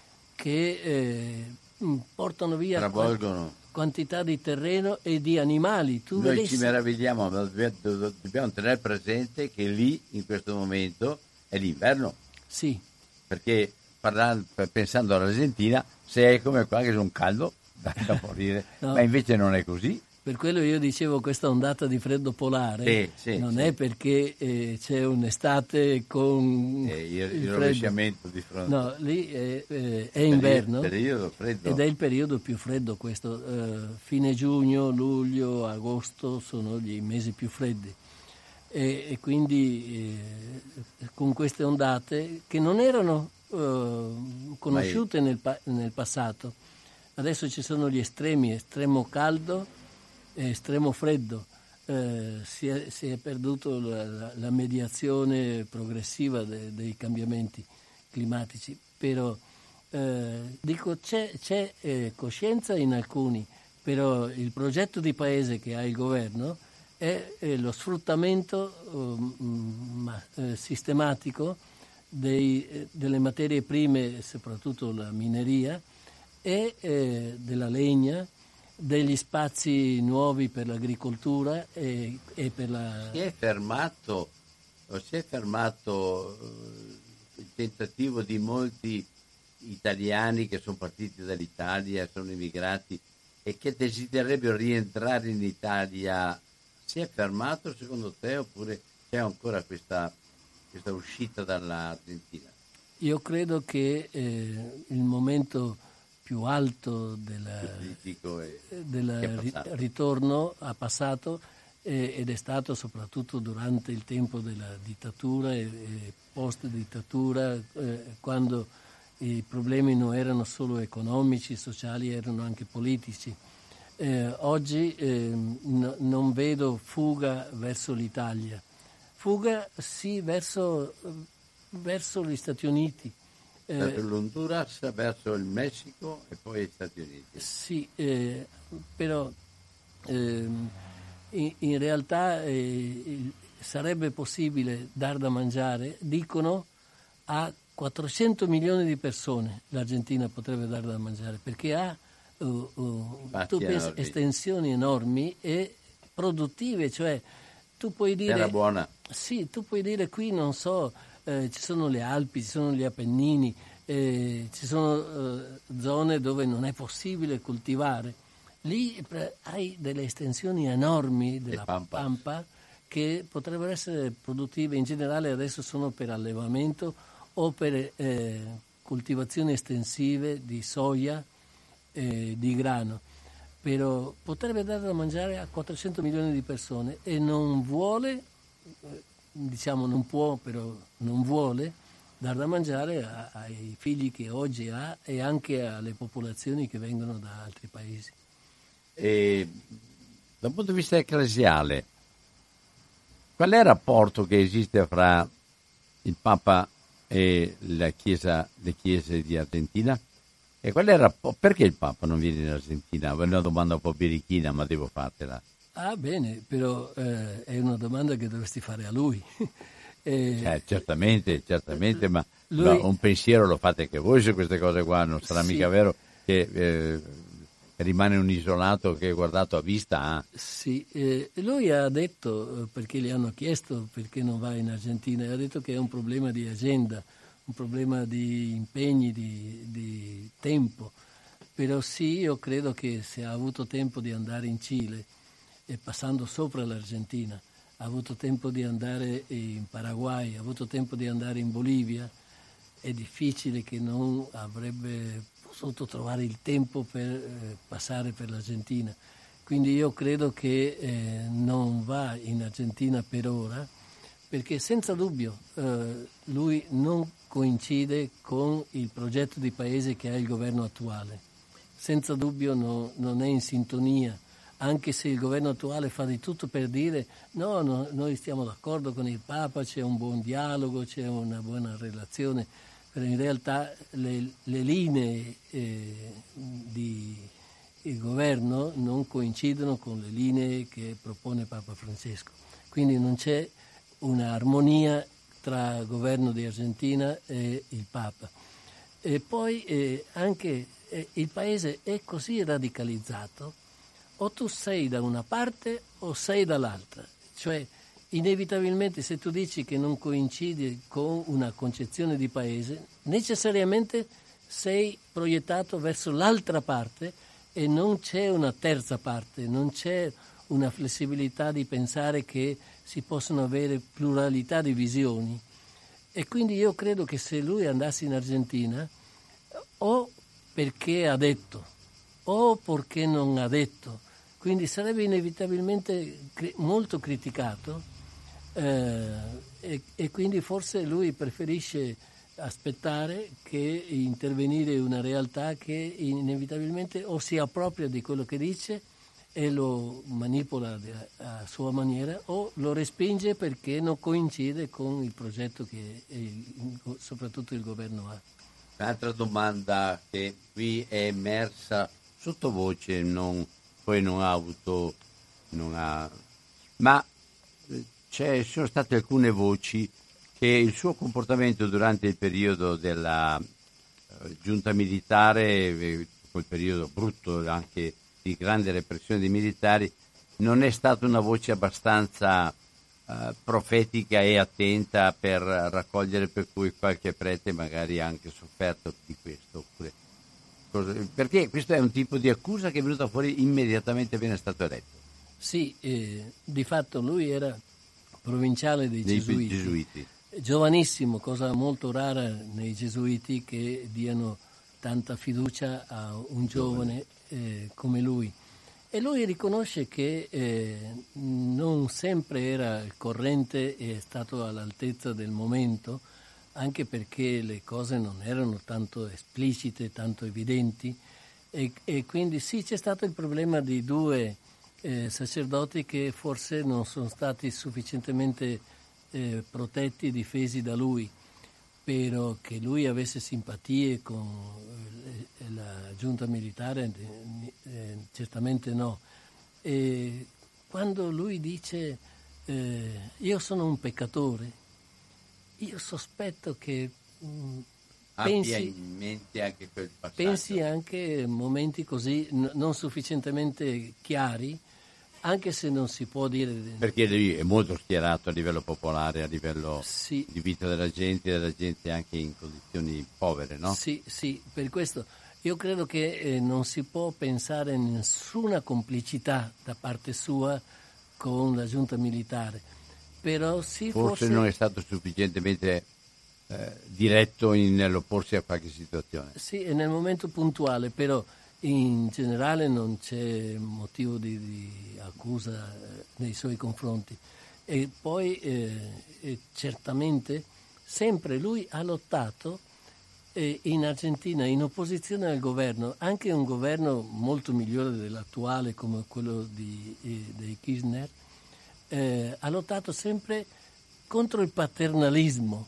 che portano via quantità di terreno e di animali. Noi ci meravigliamo, ma dobbiamo tenere presente che lì in questo momento è l'inverno. Sì. Perché pensando all'Argentina, se è come qua che è un caldo da morire, no. Ma invece non è così. Per quello io dicevo questa ondata di freddo polare non è perché c'è un'estate con il rovesciamento di fronte. No, lì è inverno periodo freddo. Ed è il periodo più freddo questo. Fine giugno, luglio, agosto sono gli mesi più freddi e quindi con queste ondate che non erano conosciute nel passato. Adesso ci sono gli estremi, estremo caldo, estremo freddo, si è perduto la mediazione progressiva dei cambiamenti climatici, però dico c'è coscienza in alcuni, però il progetto di paese che ha il governo è lo sfruttamento sistematico delle materie prime, soprattutto la mineria e della legna, degli spazi nuovi per l'agricoltura e per la... Si è fermato il tentativo di molti italiani che sono partiti dall'Italia, sono immigrati e che desiderebbero rientrare in Italia. Si è fermato secondo te oppure c'è ancora questa uscita dall'Argentina? Io credo che il momento più alto del ritorno ha passato ed è stato soprattutto durante il tempo della dittatura e post dittatura, quando i problemi non erano solo economici, sociali, erano anche politici. Oggi non vedo fuga verso l'Italia, fuga sì verso gli Stati Uniti. Verso l'Honduras, verso il Messico e poi gli Stati Uniti. Sì, però in realtà sarebbe possibile dar da mangiare, dicono, a 400 milioni di persone l'Argentina potrebbe dar da mangiare, perché ha tu pensi, estensioni enormi e produttive, cioè tu puoi dire... Era buona. Sì, tu puoi dire qui, non so... ci sono le Alpi, ci sono gli Appennini, ci sono zone dove non è possibile coltivare. Lì hai delle estensioni enormi della pampa che potrebbero essere produttive. In generale adesso sono per allevamento o per coltivazioni estensive di soia, di grano. Però potrebbe dare da mangiare a 400 milioni di persone e non vuole... diciamo non può, però non vuole dar da mangiare ai figli che oggi ha e anche alle popolazioni che vengono da altri paesi. E dal punto di vista ecclesiale, qual è il rapporto che esiste fra il Papa e le chiese di Argentina? E qual è il rapporto? Perché il Papa non viene in Argentina? È una domanda un po' birichina, ma devo fartela. Ah, bene, però è una domanda che dovresti fare a lui. Certamente, ma un pensiero lo fate anche voi su queste cose qua, non sarà mica vero che rimane un isolato che è guardato a vista. Sì, lui ha detto, perché gli hanno chiesto perché non va in Argentina, ha detto che è un problema di agenda, un problema di impegni, di tempo. Però sì, io credo che se ha avuto tempo di andare in Cile e passando sopra l'Argentina, ha avuto tempo di andare in Paraguay, ha avuto tempo di andare in Bolivia, è difficile che non avrebbe potuto trovare il tempo per passare per l'Argentina. Quindi io credo che non va in Argentina per ora, perché senza dubbio lui non coincide con il progetto di paese che ha il governo attuale. Senza dubbio non è in sintonia, anche se il governo attuale fa di tutto per dire no, noi stiamo d'accordo con il Papa, c'è un buon dialogo, c'è una buona relazione, però in realtà le linee di il governo non coincidono con le linee che propone Papa Francesco. Quindi non c'è un'armonia tra il governo di Argentina e il Papa. E poi anche il paese è così radicalizzato, o tu sei da una parte o sei dall'altra. Cioè, inevitabilmente, se tu dici che non coincidi con una concezione di paese, necessariamente sei proiettato verso l'altra parte e non c'è una terza parte, non c'è una flessibilità di pensare che si possono avere pluralità di visioni. E quindi io credo che se lui andasse in Argentina, o perché ha detto, o perché non ha detto, quindi sarebbe inevitabilmente molto criticato, e quindi forse lui preferisce aspettare che intervenire una realtà che inevitabilmente o si appropria di quello che dice e lo manipola a sua maniera, o lo respinge perché non coincide con il progetto che soprattutto il governo ha. Un'altra domanda che qui è emersa sottovoce, ma ci sono state alcune voci che il suo comportamento durante il periodo della giunta militare, quel periodo brutto anche di grande repressione dei militari, non è stata una voce abbastanza profetica e attenta per raccogliere, per cui qualche prete magari ha anche sofferto di questo. Perché questo è un tipo di accusa che è venuta fuori immediatamente appena stato eletto. Sì, di fatto lui era provinciale dei Gesuiti. Giovanissimo, cosa molto rara nei Gesuiti che diano tanta fiducia a un giovane come lui. E lui riconosce che non sempre era il corrente e è stato all'altezza del momento, anche perché le cose non erano tanto esplicite, tanto evidenti, e quindi sì, c'è stato il problema di due sacerdoti che forse non sono stati sufficientemente protetti e difesi da lui, però che lui avesse simpatie con la giunta militare certamente no. E quando lui dice io sono un peccatore, io sospetto che abbia in mente anche quel passaggio. Pensi anche momenti così non sufficientemente chiari, anche se non si può dire. Perché lui è molto schierato a livello popolare, a livello sì, di vita della gente anche in condizioni povere, no? Sì, per questo io credo che non si può pensare a nessuna complicità da parte sua con la giunta militare, però sì, forse non è stato sufficientemente diretto nell'opporsi a qualche situazione. Sì, è nel momento puntuale, però in generale non c'è motivo di accusa nei suoi confronti. E poi certamente sempre lui ha lottato in Argentina in opposizione al governo, anche un governo molto migliore dell'attuale come quello dei Kirchner, ha lottato sempre contro il paternalismo,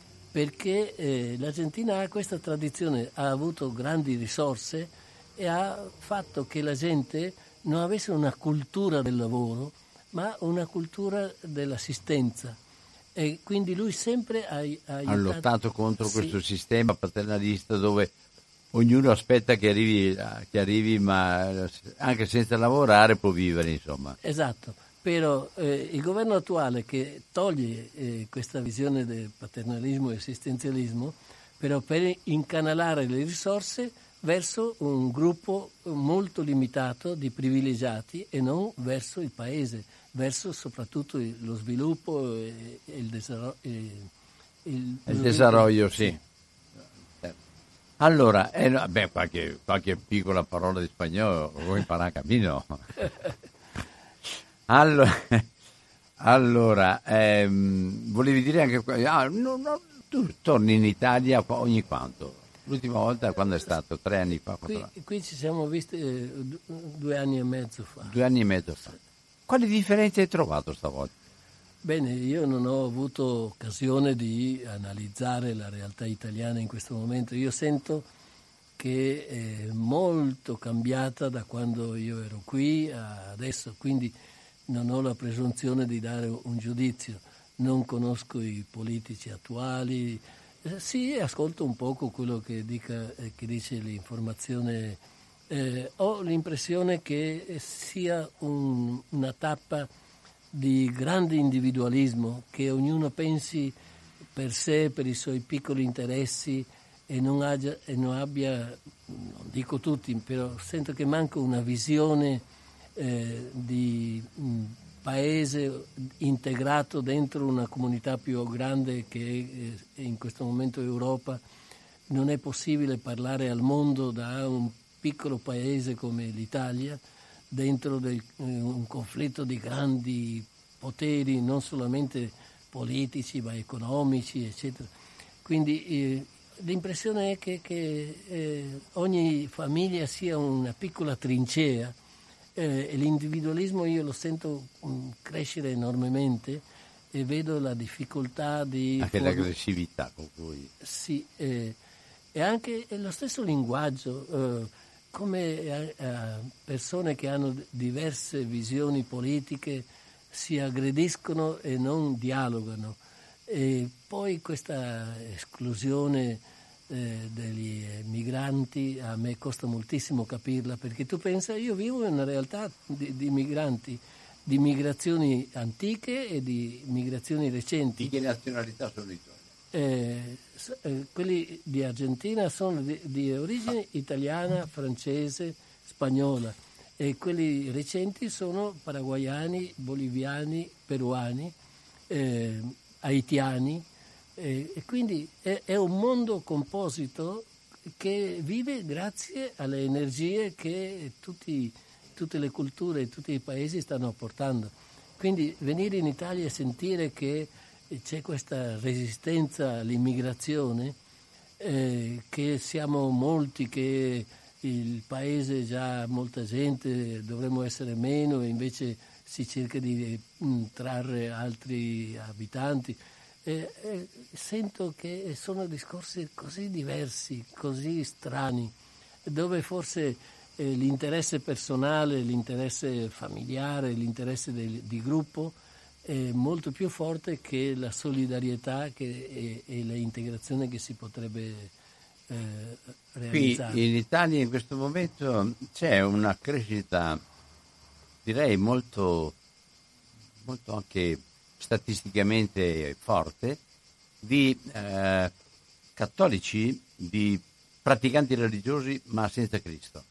perché l'Argentina ha questa tradizione, ha avuto grandi risorse e ha fatto che la gente non avesse una cultura del lavoro, ma una cultura dell'assistenza. E quindi lui sempre ha lottato contro questo sistema paternalista dove ognuno aspetta che arrivi, ma anche senza lavorare può vivere, insomma. Esatto, però il governo attuale che toglie questa visione del paternalismo e assistenzialismo, però per incanalare le risorse verso un gruppo molto limitato di privilegiati e non verso il paese, verso soprattutto lo sviluppo e il desarrollo, sì. Allora, qualche piccola parola di spagnolo, vuoi imparare a cammino? Allora, volevi dire anche... tu torni in Italia ogni quanto? L'ultima volta quando è stato? 3 anni fa? Qui ci siamo visti 2 anni e mezzo fa. 2 anni e mezzo fa. Quali differenze hai trovato stavolta? Bene, io non ho avuto occasione di analizzare la realtà italiana in questo momento. Io sento che è molto cambiata da quando io ero qui a adesso, quindi non ho la presunzione di dare un giudizio. Non conosco i politici attuali. Sì, ascolto un poco quello che dice l'informazione. Ho l'impressione che sia una tappa di grande individualismo, che ognuno pensi per sé, per i suoi piccoli interessi e non abbia, non dico tutti, però sento che manca una visione di paese integrato dentro una comunità più grande che è in questo momento Europa. Non è possibile parlare al mondo da un piccolo paese come l'Italia dentro un conflitto di grandi poteri, non solamente politici ma economici, eccetera. Quindi l'impressione è che ogni famiglia sia una piccola trincea. L'individualismo io lo sento crescere enormemente e vedo la difficoltà di... Anche l'aggressività con cui... Sì, e anche lo stesso linguaggio, come persone che hanno diverse visioni politiche si aggrediscono e non dialogano. E poi questa esclusione degli migranti a me costa moltissimo capirla, perché tu pensa, io vivo in una realtà di migranti, di migrazioni antiche e di migrazioni recenti. Di che nazionalità sono i tuoi? Quelli di Argentina sono di origine italiana, francese, spagnola, e quelli recenti sono paraguayani, boliviani, peruani, haitiani, e quindi è un mondo composito che vive grazie alle energie che tutte le culture e tutti i paesi stanno apportando. Quindi venire in Italia e sentire che c'è questa resistenza all'immigrazione, che siamo molti, che il paese già ha molta gente, dovremmo essere meno e invece si cerca di trarre altri abitanti. Sento che sono discorsi così diversi, così strani, dove forse l'interesse personale, l'interesse familiare, l'interesse di gruppo è molto più forte che la solidarietà e l'integrazione che si potrebbe realizzare. Qui in Italia in questo momento c'è una crescita, direi molto, molto anche statisticamente forte, di cattolici, di praticanti religiosi ma senza Cristo.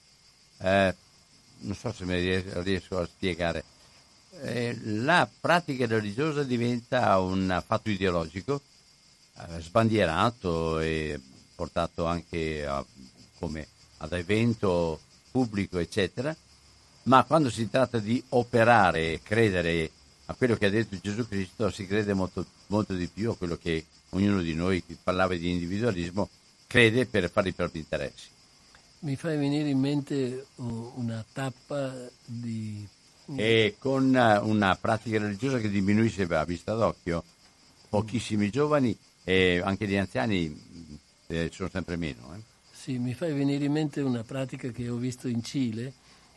Non so se riesco a spiegare. La pratica religiosa diventa un fatto ideologico, sbandierato e portato anche come ad evento pubblico, eccetera, ma quando si tratta di operare e credere a quello che ha detto Gesù Cristo, si crede molto, molto di più a quello che ognuno di noi, che parlava di individualismo, crede per fare i propri interessi. Mi fai venire in mente una tappa di... E con una pratica religiosa che diminuisce a vista d'occhio, pochissimi giovani e anche gli anziani sono sempre meno. Sì, mi fai venire in mente una pratica che ho visto in Cile,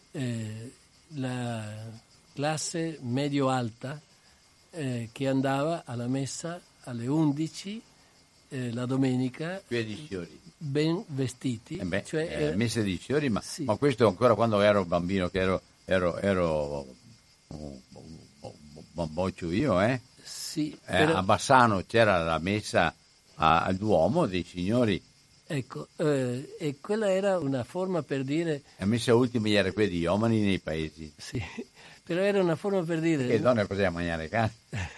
la classe medio-alta che andava alla messa alle 11 la domenica. Piedi fiori. ben vestiti. Me 16 ore, sì. Ma questo ancora quando ero bambino, che ero un boccio io, Sì, a Bassano c'era la messa al Duomo dei signori. Ecco, e quella era una forma per dire... La messa ultima era quella di uomini nei paesi. Sì, però era una forma per dire... Che donne potevano mangiare carne.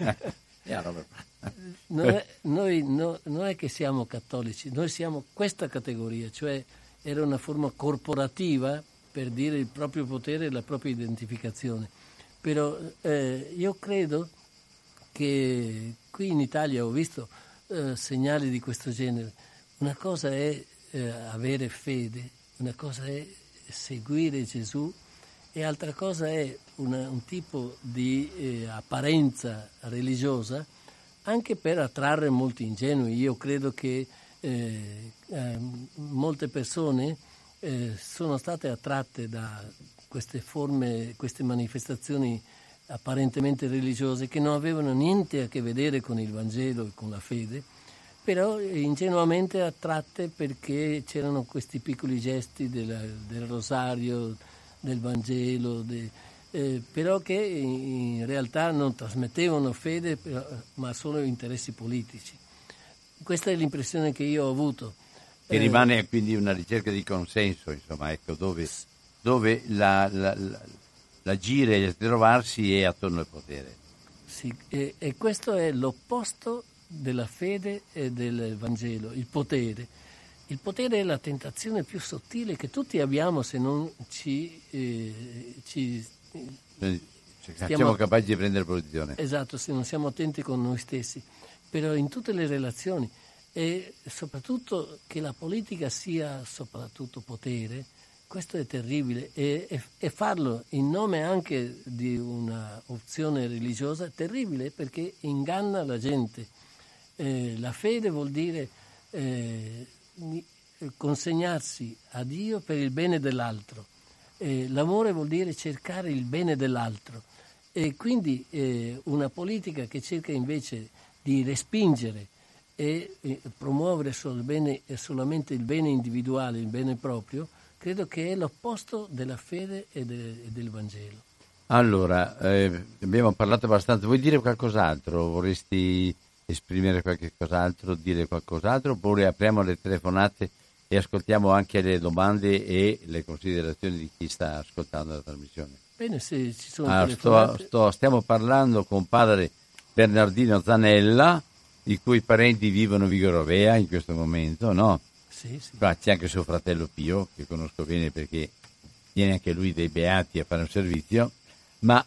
Non è che siamo cattolici, noi siamo questa categoria, cioè era una forma corporativa per dire il proprio potere e la propria identificazione. Però io credo che qui in Italia ho visto segnali di questo genere. Una cosa è avere fede, una cosa è seguire Gesù e altra cosa è un tipo di apparenza religiosa anche per attrarre molti ingenui. Io credo che molte persone sono state attratte da queste forme, queste manifestazioni apparentemente religiose che non avevano niente a che vedere con il Vangelo e con la fede, però ingenuamente attratte perché c'erano questi piccoli gesti del rosario, del Vangelo, però che in realtà non trasmettevano fede, ma solo interessi politici. Questa è l'impressione che io ho avuto. E rimane quindi una ricerca di consenso, insomma, ecco, dove l'agire e il trovarsi è attorno al potere. Sì, e questo è l'opposto della fede e del Vangelo, il potere. Il potere è la tentazione più sottile che tutti abbiamo se non siamo capaci di prendere posizione. Esatto, se non siamo attenti con noi stessi. Però in tutte le relazioni, e soprattutto che la politica sia soprattutto potere, questo è terribile, e farlo in nome anche di una opzione religiosa è terribile perché inganna la gente. La fede vuol dire consegnarsi a Dio per il bene dell'altro, l'amore vuol dire cercare il bene dell'altro, e quindi una politica che cerca invece di respingere e promuovere solamente il bene individuale, il bene proprio, credo che è l'opposto della fede e del Vangelo. Allora, abbiamo parlato abbastanza. Vuoi dire qualcos'altro? Vorresti esprimere qualche cos'altro, dire qualcos'altro, oppure apriamo le telefonate e ascoltiamo anche le domande e le considerazioni di chi sta ascoltando la trasmissione? Bene, se ci sono telefonate... Stiamo parlando con padre Bernardino Zanella, i cui parenti vivono a Vigorovea in questo momento, no? Sì, sì. Qua c'è anche suo fratello Pio, che conosco bene perché viene anche lui dei Beati a fare un servizio, ma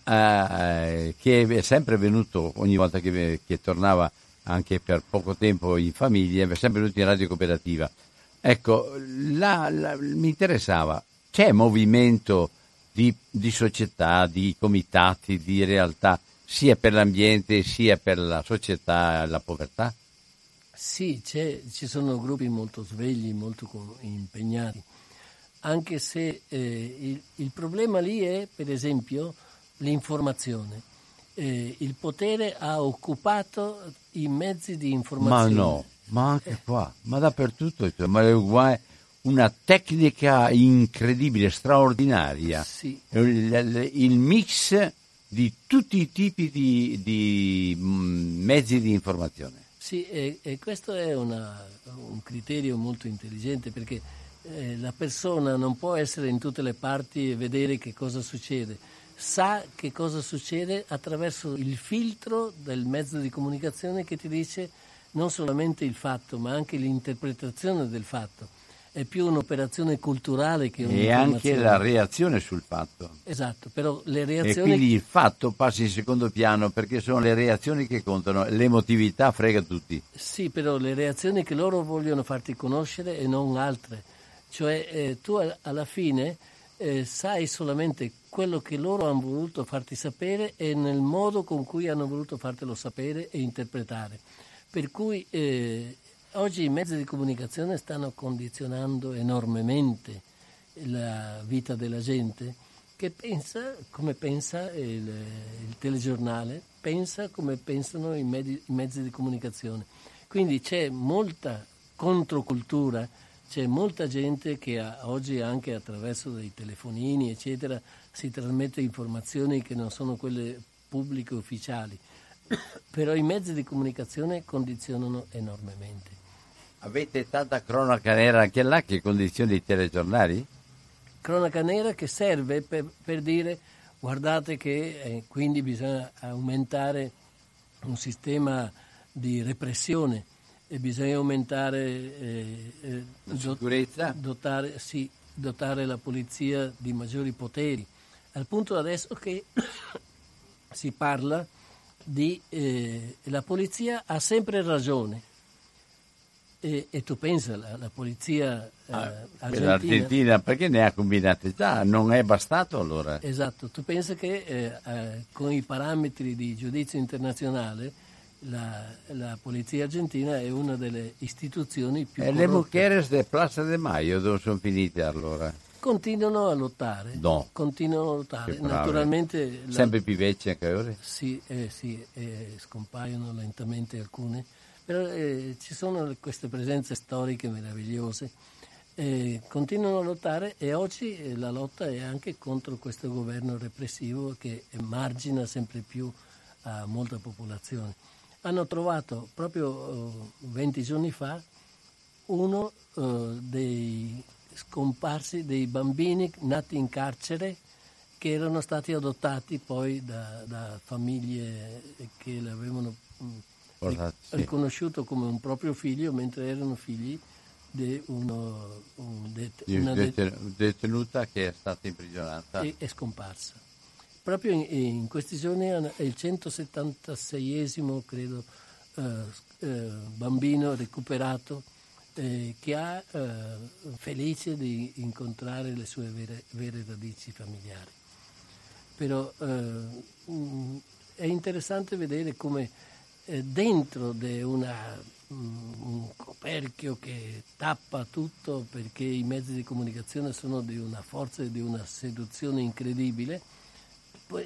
che è sempre venuto, ogni volta che tornava anche per poco tempo in famiglia, è sempre venuto in Radio Cooperativa. Ecco, mi interessava, c'è movimento di società, di comitati, di realtà, sia per l'ambiente sia per la società e la povertà? Sì, ci sono gruppi molto svegli, molto impegnati, anche se il problema lì è, per esempio, l'informazione. Il potere ha occupato i mezzi di informazione. Ma no, ma anche qua, ma dappertutto, ma è uguale, una tecnica incredibile, straordinaria. Sì. Il mix di tutti i tipi di mezzi di informazione. Sì, e questo è un criterio molto intelligente, perché la persona non può essere in tutte le parti e vedere che cosa succede. Sa che cosa succede attraverso il filtro del mezzo di comunicazione che ti dice non solamente il fatto, ma anche l'interpretazione del fatto. È più un'operazione culturale che un'informazione. E anche la reazione sul fatto. Esatto, però le reazioni... E quindi il fatto passa in secondo piano perché sono le reazioni che contano, l'emotività frega tutti. Sì, però le reazioni che loro vogliono farti conoscere e non altre. Cioè tu alla fine sai solamente quello che loro hanno voluto farti sapere e nel modo con cui hanno voluto fartelo sapere e interpretare. Per cui oggi i mezzi di comunicazione stanno condizionando enormemente la vita della gente, che pensa come pensa il telegiornale, pensa come pensano i mezzi di comunicazione. Quindi c'è molta controcultura, c'è molta gente che oggi anche attraverso dei telefonini eccetera si trasmette informazioni che non sono quelle pubbliche ufficiali, però i mezzi di comunicazione condizionano enormemente. Avete tanta cronaca nera anche là che condizioni i telegiornali? Cronaca nera che serve per dire guardate che quindi bisogna aumentare un sistema di repressione e bisogna aumentare la sicurezza? Dotare la polizia di maggiori poteri, al punto adesso che si parla di la polizia ha sempre ragione. E tu pensa, la polizia argentina... L'Argentina perché ne ha combinate già, non è bastato allora? Esatto, tu pensa che con i parametri di giudizio internazionale la polizia argentina è una delle istituzioni più corrotte. Le mujeres de Plaza de Mayo dove sono finite allora? Continuano a lottare. No. Continuano a lottare. Naturalmente... Sempre più vecchie anche ora? Sì, scompaiono lentamente alcune. Però ci sono queste presenze storiche meravigliose, continuano a lottare e oggi la lotta è anche contro questo governo repressivo che margina sempre più a molta popolazione. Hanno trovato proprio 20 giorni fa uno dei scomparsi dei bambini nati in carcere che erano stati adottati poi da famiglie che l'avevano riconosciuto come un proprio figlio mentre erano figli di una detenuta che è stata imprigionata e è scomparsa. Proprio in questi giorni è il 176esimo credo bambino recuperato che ha felice di incontrare le sue vere radici familiari. Però è interessante vedere come dentro di un coperchio che tappa tutto perché i mezzi di comunicazione sono di una forza e di una seduzione incredibile, poi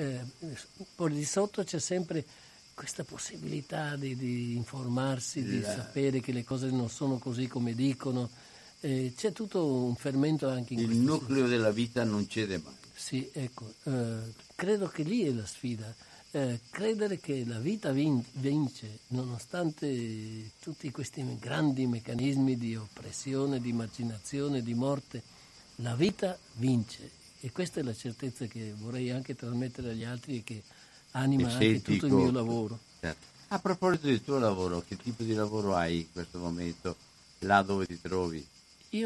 di sotto c'è sempre questa possibilità di informarsi, di sapere che le cose non sono così come dicono, c'è tutto un fermento anche in questo senso. Il nucleo della vita non cede mai. Sì, ecco, credo che lì è la sfida. Credere che la vita vince nonostante tutti questi grandi meccanismi di oppressione, di marginazione, di morte, la vita vince e questa è la certezza che vorrei anche trasmettere agli altri e che anima anche tutto il mio lavoro. Certo. A proposito del tuo lavoro, che tipo di lavoro hai in questo momento, là dove ti trovi? Io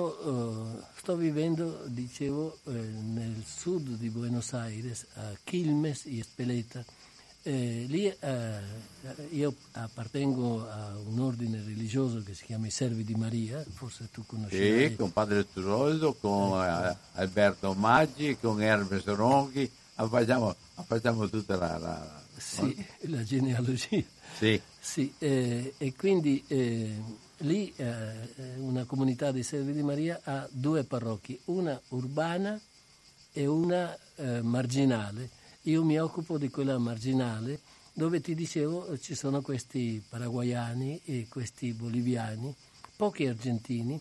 sto vivendo, dicevo, nel sud di Buenos Aires, a Quilmes e Espeleta. Lì io appartengo a un ordine religioso che si chiama i Servi di Maria, forse tu conoscerai. Sì, con Padre Turoldo, con Alberto Maggi, con Hermes Ronghi, facciamo tutta la genealogia. Sì, e quindi... lì una comunità dei Servi di Maria ha due parrocchie, una urbana e una marginale. Io mi occupo di quella marginale dove ti dicevo ci sono questi paraguayani e questi boliviani, pochi argentini,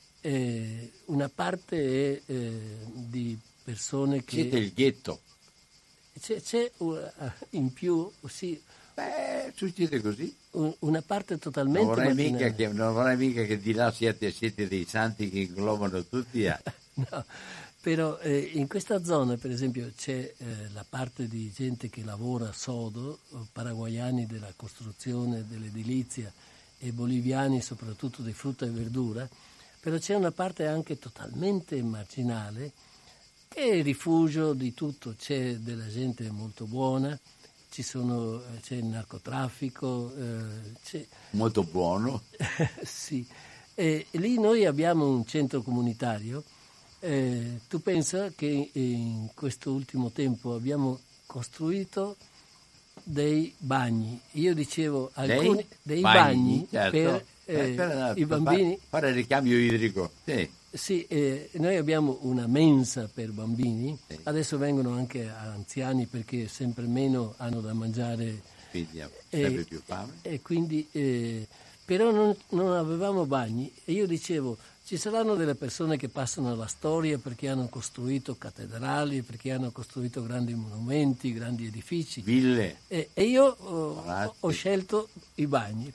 una parte è di persone che... Siete il ghetto? C'è in più, sì... Beh, succede così. Una parte totalmente marginale. Non vorrei mica che di là siete dei santi che inglobano tutti. No, però in questa zona, per esempio, c'è la parte di gente che lavora sodo, paraguayani della costruzione, dell'edilizia e boliviani soprattutto di frutta e verdura, però c'è una parte anche totalmente marginale che è rifugio di tutto, c'è della gente molto buona. C'è il narcotraffico. Molto buono. Sì. E lì noi abbiamo un centro comunitario. Tu pensa che in questo ultimo tempo abbiamo costruito dei bagni. Io dicevo alcuni dei bagni certo. per i bambini. Fare il ricambio idrico. Sì. Sì, noi abbiamo una mensa per bambini, sì. Adesso vengono anche anziani perché sempre meno hanno da mangiare. Quindi sempre più fame. E quindi però non avevamo bagni e io dicevo ci saranno delle persone che passano alla storia perché hanno costruito cattedrali, perché hanno costruito grandi monumenti, grandi edifici, ville, e io ho scelto i bagni.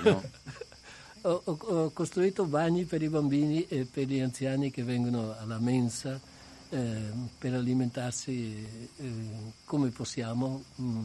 Ho costruito bagni per i bambini e per gli anziani che vengono alla mensa per alimentarsi come possiamo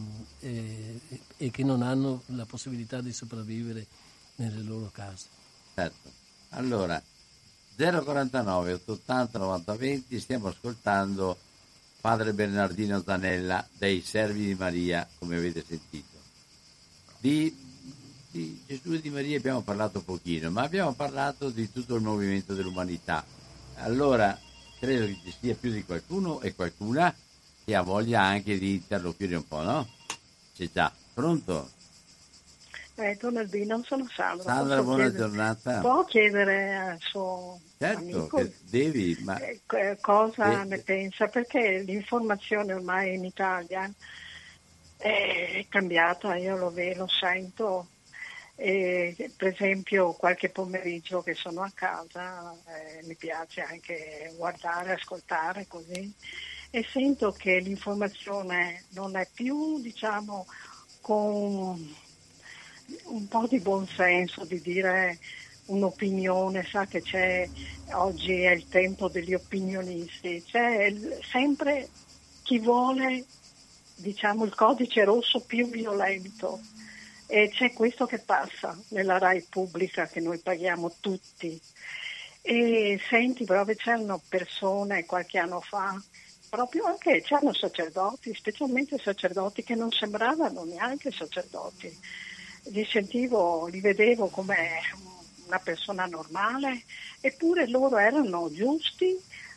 e che non hanno la possibilità di sopravvivere nelle loro case. Certo. Allora 049 880 90 20, stiamo ascoltando Padre Bernardino Zanella dei Servi di Maria, come avete sentito. Di Gesù e di Maria abbiamo parlato pochino, ma abbiamo parlato di tutto il movimento dell'umanità. Allora credo che ci sia più di qualcuno e qualcuna che ha voglia anche di interloquire un po', no? C'è già. Pronto? Don Albino, sono Sandra. Sandra, buona giornata. Può chiedere al suo amico che devi, ma cosa ne pensa? Perché l'informazione ormai in Italia è cambiata, io lo sento. Per esempio qualche pomeriggio che sono a casa mi piace anche guardare, ascoltare così, e sento che l'informazione non è più, diciamo, con un po' di buonsenso, di dire un'opinione, sa che oggi è il tempo degli opinionisti, c'è sempre chi vuole, diciamo, il codice rosso più violento, e c'è questo che passa nella Rai pubblica che noi paghiamo tutti. E senti, proprio c'erano persone qualche anno fa, proprio anche c'erano sacerdoti, specialmente sacerdoti che non sembravano neanche sacerdoti. Li vedevo come una persona normale, eppure loro erano giusti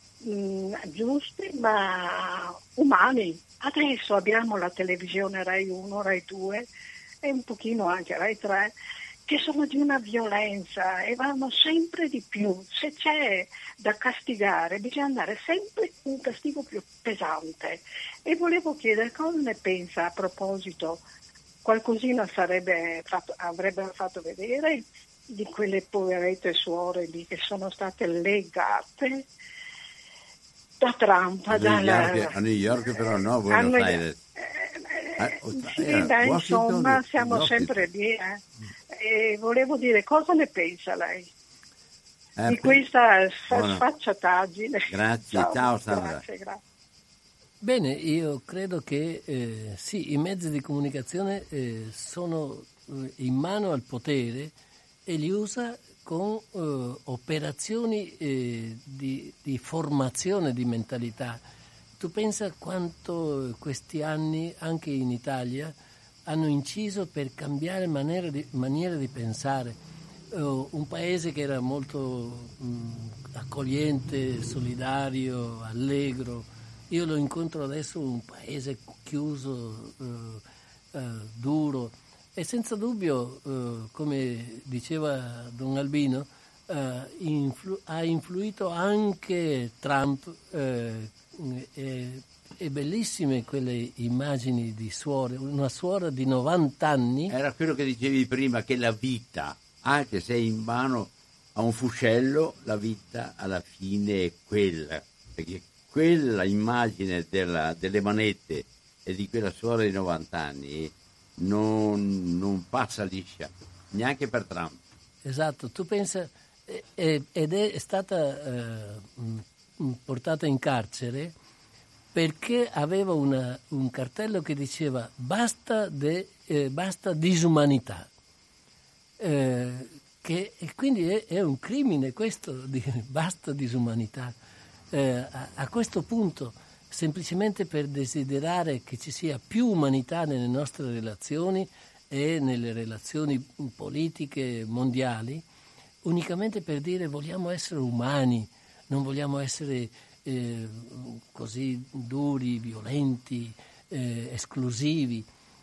ma umani. Adesso abbiamo la televisione Rai 1, Rai 2 e un pochino anche Rai 3, che sono di una violenza e vanno sempre di più. Se c'è da castigare bisogna andare sempre un castigo più pesante. E volevo chiedere cosa ne pensa a proposito. Qualcosina avrebbero fatto vedere di quelle poverette suore lì che sono state legate da Trump. A New York però no, Buenos Aires. Insomma, siamo sempre lì. E volevo dire, cosa ne pensa lei di questa sfacciataggine? Grazie, ciao Sandra. Grazie. Bene, io credo che sì, i mezzi di comunicazione sono in mano al potere e li usa con operazioni di formazione di mentalità. Tu pensa quanto questi anni, anche in Italia, hanno inciso per cambiare maniera di pensare. Un paese che era molto accogliente, solidario, allegro. Io lo incontro adesso un paese chiuso, duro, e senza dubbio, come diceva Don Albino, ha influito anche Trump. E bellissime quelle immagini di suore, una suora di 90 anni. Era quello che dicevi prima, che la vita, anche se è in mano a un fuscello, la vita alla fine è quella, perché quella immagine delle manette e di quella suora di 90 anni non passa liscia, neanche per Trump. Esatto, tu pensa, ed è stata portata in carcere perché aveva un cartello che diceva basta disumanità, e quindi è un crimine questo, basta disumanità. A questo punto, semplicemente per desiderare che ci sia più umanità nelle nostre relazioni e nelle relazioni politiche mondiali, unicamente per dire vogliamo essere umani, non vogliamo essere così duri, violenti, esclusivi.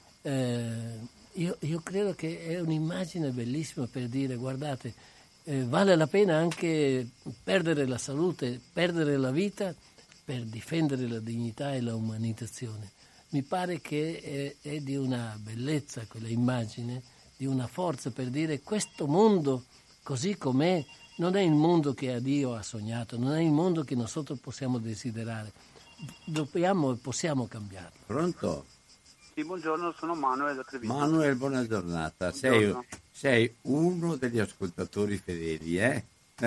Io credo che è un'immagine bellissima per dire guardate, vale la pena anche perdere la salute, perdere la vita per difendere la dignità e la umanizzazione. Mi pare che è di una bellezza quella immagine di una forza per dire questo mondo così com'è non è il mondo che Dio ha sognato, non è il mondo che noi possiamo desiderare. Dobbiamo e possiamo cambiarlo. Pronto? Sì, buongiorno, sono Manuel da Treviso. Manuel, buona giornata. Buongiorno. Sei uno degli ascoltatori fedeli, eh?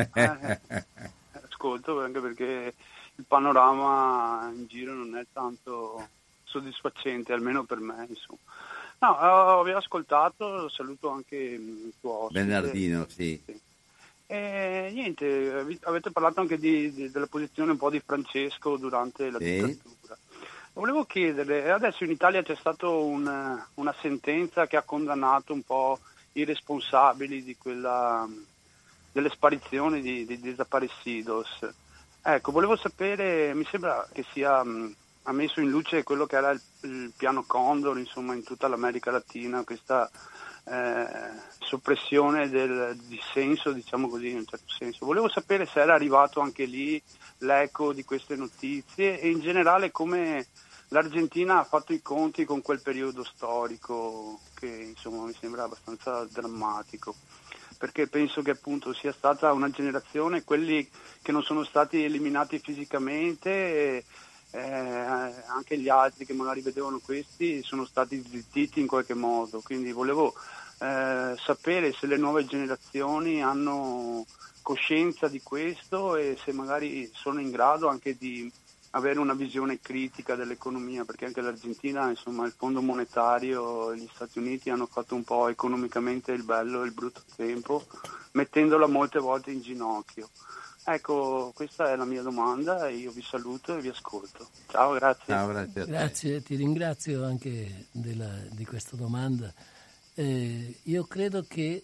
Ascolto anche perché il panorama in giro non è tanto soddisfacente, almeno per me, insomma. No, vi ho ascoltato, saluto anche il tuo ospite. Bernardino, sì. E niente, avete parlato anche della posizione un po' di Francesco durante la dittatura. Volevo chiederle, adesso in Italia c'è stata una sentenza che ha condannato un po' i responsabili di delle sparizioni di desaparecidos. Ecco, volevo sapere, mi sembra che ha messo in luce quello che era il piano Condor, insomma, in tutta l'America Latina, questa soppressione del dissenso, diciamo così, in un certo senso. Volevo sapere se era arrivato anche lì l'eco di queste notizie e in generale come l'Argentina ha fatto i conti con quel periodo storico che, insomma, mi sembra abbastanza drammatico, perché penso che appunto sia stata una generazione, quelli che non sono stati eliminati fisicamente, anche gli altri che magari vedevano questi sono stati zittiti in qualche modo, quindi volevo sapere se le nuove generazioni hanno coscienza di questo e se magari sono in grado anche di avere una visione critica dell'economia, perché anche l'Argentina, insomma, il Fondo Monetario e gli Stati Uniti hanno fatto un po' economicamente il bello e il brutto tempo, mettendola molte volte in ginocchio. Ecco, questa è la mia domanda e io vi saluto e vi ascolto. Ciao, grazie. Ciao, grazie a te. Grazie, ti ringrazio anche di questa domanda. Io credo che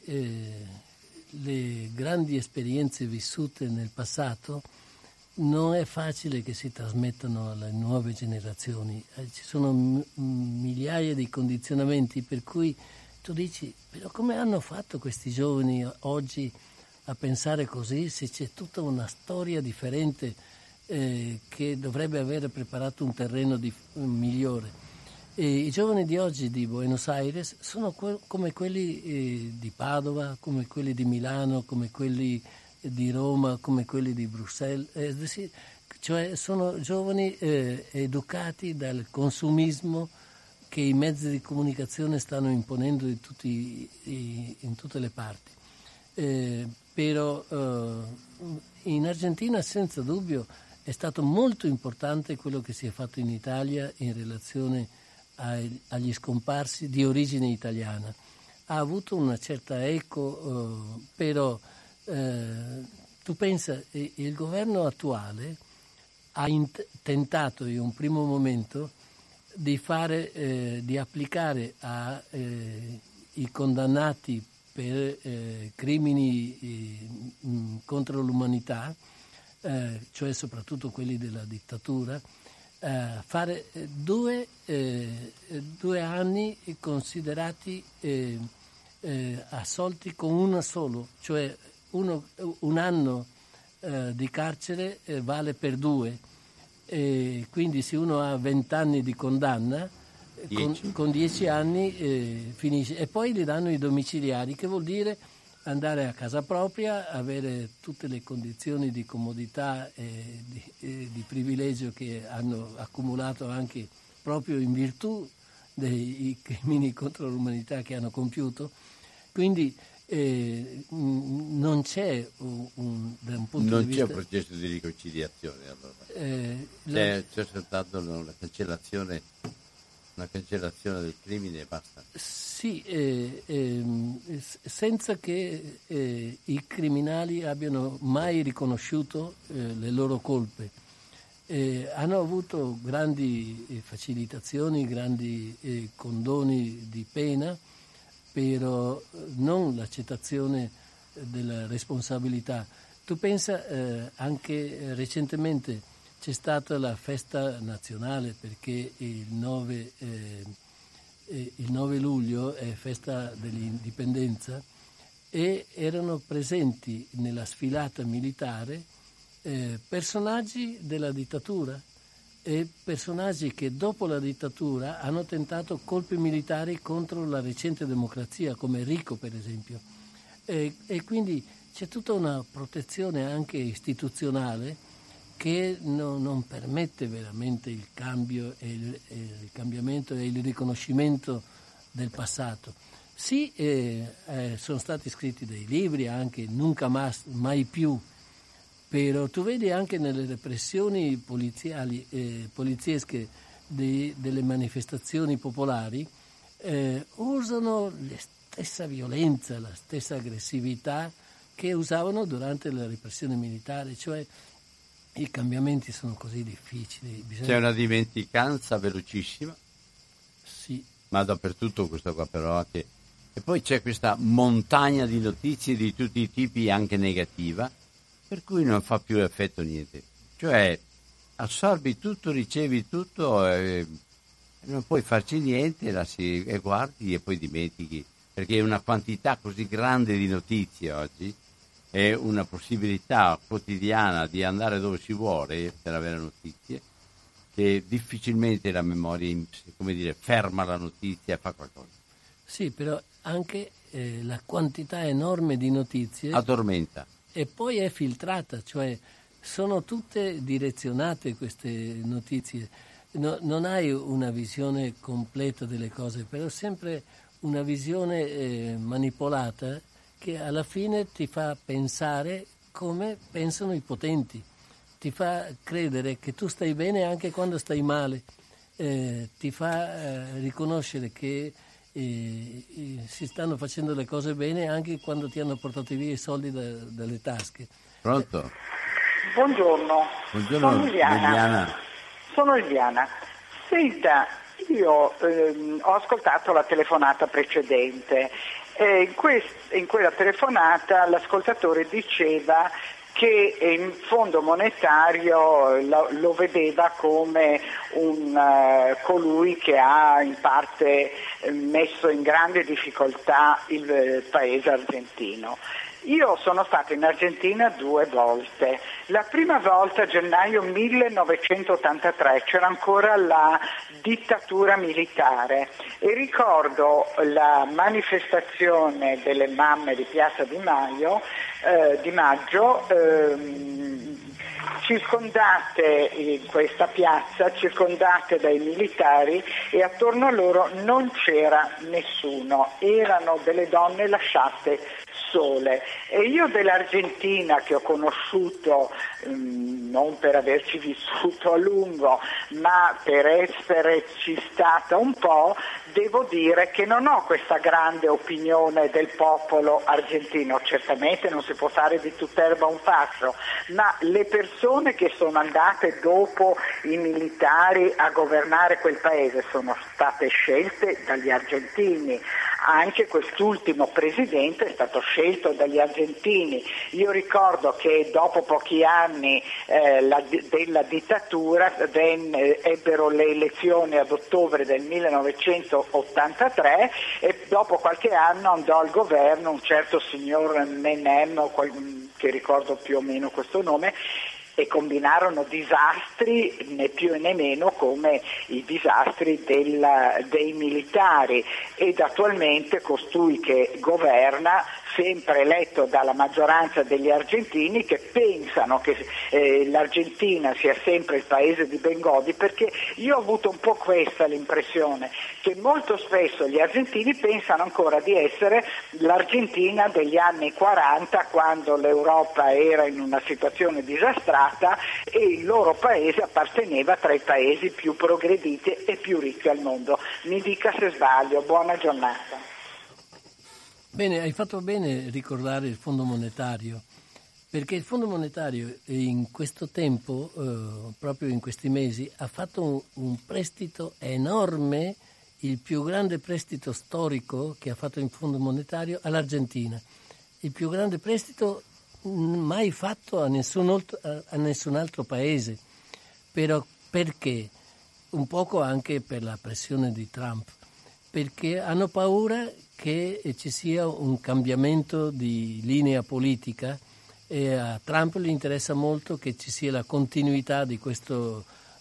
le grandi esperienze vissute nel passato non è facile che si trasmettano alle nuove generazioni. Ci sono migliaia di condizionamenti per cui tu dici, però come hanno fatto questi giovani oggi a pensare così, se c'è tutta una storia differente che dovrebbe aver preparato un terreno migliore. I giovani di oggi di Buenos Aires sono come quelli di Padova, come quelli di Milano, come quelli di Roma, come quelli di Bruxelles, cioè sono giovani educati dal consumismo che i mezzi di comunicazione stanno imponendo in tutte le parti. Però in Argentina senza dubbio è stato molto importante quello che si è fatto in Italia in relazione agli scomparsi di origine italiana. Ha avuto una certa eco, però tu pensa, il governo attuale ha tentato in un primo momento di applicare ai condannati per crimini contro l'umanità, cioè soprattutto quelli della dittatura, fare 2 anni considerati assolti con uno solo, cioè un anno di carcere vale per 2, quindi se uno ha 20 anni di condanna, con 10 anni finisce, e poi gli danno i domiciliari, che vuol dire andare a casa propria, avere tutte le condizioni di comodità e di privilegio che hanno accumulato anche proprio in virtù dei crimini contro l'umanità che hanno compiuto. Quindi non c'è da un punto di vista... Non c'è un processo di riconciliazione, allora. C'è soltanto una cancellazione del crimine e basta. Sì, senza che i criminali abbiano mai riconosciuto le loro colpe. Hanno avuto grandi facilitazioni, grandi condoni di pena, però non l'accettazione della responsabilità. Tu pensa, anche recentemente c'è stata la festa nazionale, perché il 9 luglio è festa dell'indipendenza, e erano presenti nella sfilata militare personaggi della dittatura, e personaggi che dopo la dittatura hanno tentato colpi militari contro la recente democrazia, come Rico per esempio. E quindi c'è tutta una protezione anche istituzionale che non permette veramente il cambio e il cambiamento e il riconoscimento del passato. Sì, sono stati scritti dei libri anche Nunca mai più, però tu vedi anche nelle repressioni poliziesche delle manifestazioni popolari usano la stessa violenza, la stessa aggressività che usavano durante la repressione militare, cioè i cambiamenti sono così difficili. C'è una dimenticanza velocissima, sì, ma dappertutto questo qua però anche. E poi c'è questa montagna di notizie di tutti i tipi, anche negativa, per cui non fa più effetto niente. Cioè assorbi tutto, ricevi tutto e non puoi farci niente e guardi e poi dimentichi, perché è una quantità così grande di notizie oggi, è una possibilità quotidiana di andare dove si vuole per avere notizie, che difficilmente la memoria, come dire, ferma la notizia e fa qualcosa. Sì, però anche la quantità enorme di notizie addormenta e poi è filtrata, cioè sono tutte direzionate queste notizie. Non hai una visione completa delle cose, però sempre una visione manipolata che alla fine ti fa pensare come pensano i potenti, ti fa credere che tu stai bene anche quando stai male, ti fa riconoscere che si stanno facendo le cose bene anche quando ti hanno portato via i soldi dalle tasche. Pronto? Buongiorno. Sono Liliana. Senta, io ho ascoltato la telefonata precedente. In quella telefonata l'ascoltatore diceva che il Fondo Monetario lo vedeva come colui che ha in parte messo in grande difficoltà il paese argentino. Io sono stata in Argentina 2 volte. La prima volta a gennaio 1983, c'era ancora la dittatura militare e ricordo la manifestazione delle mamme di Piazza Di Maggio, circondate in questa piazza, circondate dai militari, e attorno a loro non c'era nessuno, erano delle donne lasciate sole. E io dell'Argentina, che ho conosciuto non per averci vissuto a lungo, ma per esserci stata un po', devo dire che non ho questa grande opinione del popolo argentino. Certamente non si può fare di tutt'erba un fascio, ma le persone che sono andate dopo i militari a governare quel paese sono state scelte dagli argentini. Anche quest'ultimo presidente è stato scelto dagli argentini. Io ricordo che dopo pochi anni della dittatura ebbero le elezioni ad ottobre del 1983 e dopo qualche anno andò al governo un certo signor Menem, che ricordo più o meno questo nome, e combinarono disastri né più né meno come i disastri dei militari, ed attualmente costui che governa, sempre eletto dalla maggioranza degli argentini, che pensano che l'Argentina sia sempre il paese di Bengodi, perché io ho avuto un po' questa l'impressione, che molto spesso gli argentini pensano ancora di essere l'Argentina degli anni 40, quando l'Europa era in una situazione disastrata e il loro paese apparteneva tra i paesi più progrediti e più ricchi al mondo. Mi dica se sbaglio. Buona giornata. Bene, hai fatto bene ricordare il Fondo Monetario, perché il Fondo Monetario in questo tempo, proprio in questi mesi, ha fatto un prestito enorme, il più grande prestito storico che ha fatto il Fondo Monetario all'Argentina, il più grande prestito mai fatto a nessun altro paese. Però perché? Un poco anche per la pressione di Trump, perché hanno paura che ci sia un cambiamento di linea politica, e a Trump gli interessa molto che ci sia la continuità di questo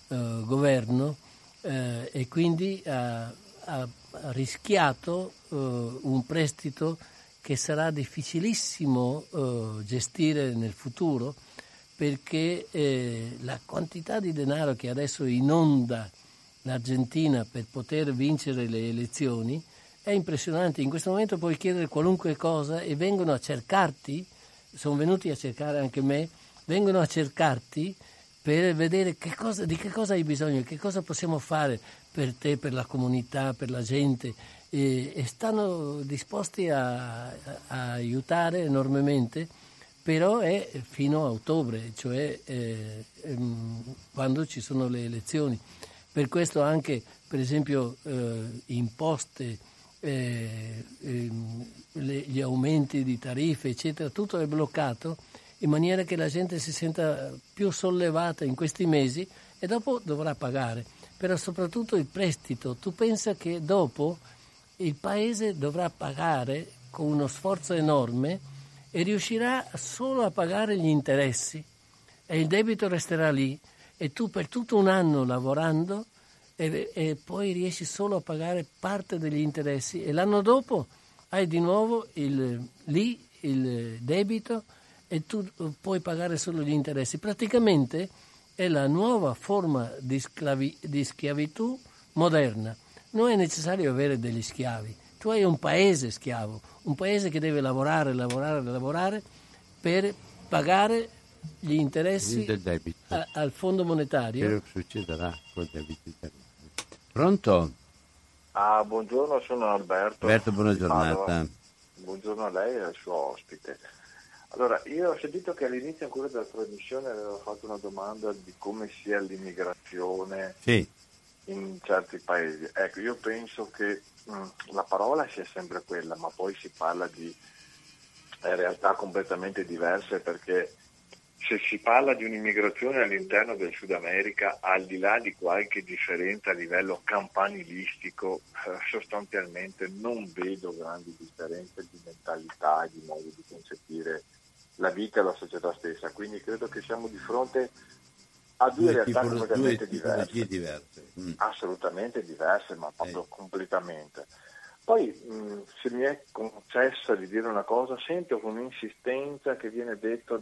governo e quindi ha rischiato un prestito che sarà difficilissimo gestire nel futuro, perché la quantità di denaro che adesso inonda l'Argentina per poter vincere le elezioni è impressionante. In questo momento puoi chiedere qualunque cosa e vengono a cercarti, sono venuti a cercare anche me, vengono a cercarti per vedere di che cosa hai bisogno, che cosa possiamo fare per te, per la comunità, per la gente, e stanno disposti a aiutare enormemente, però è fino a ottobre, cioè quando ci sono le elezioni. Per questo anche, per esempio, imposte, gli aumenti di tariffe, eccetera, tutto è bloccato in maniera che la gente si senta più sollevata in questi mesi e dopo dovrà pagare. Però soprattutto il prestito, tu pensa che dopo il paese dovrà pagare con uno sforzo enorme e riuscirà solo a pagare gli interessi e il debito resterà lì, e tu per tutto un anno lavorando e poi riesci solo a pagare parte degli interessi, e l'anno dopo hai di nuovo il debito e tu puoi pagare solo gli interessi. Praticamente è la nuova forma di schiavitù moderna. Non è necessario avere degli schiavi, tu hai un paese schiavo, un paese che deve lavorare per pagare gli interessi del debito al Fondo Monetario. Spero che succederà col debito italiano. Pronto? Buongiorno, sono Alberto. Alberto, buona giornata. Buongiorno a lei e al suo ospite. Allora, io ho sentito che all'inizio ancora della trasmissione aveva fatto una domanda di come sia l'immigrazione in certi paesi. Ecco, io penso che la parola sia sempre quella, ma poi si parla di realtà completamente diverse, perché se si parla di un'immigrazione all'interno del Sud America, al di là di qualche differenza a livello campanilistico, sostanzialmente non vedo grandi differenze di mentalità e di modo di concepire la vita e la società stessa. Quindi credo che siamo di fronte a due realtà completamente diverse. Assolutamente diverse, ma proprio completamente. Poi, se mi è concessa di dire una cosa, sento con insistenza che viene detto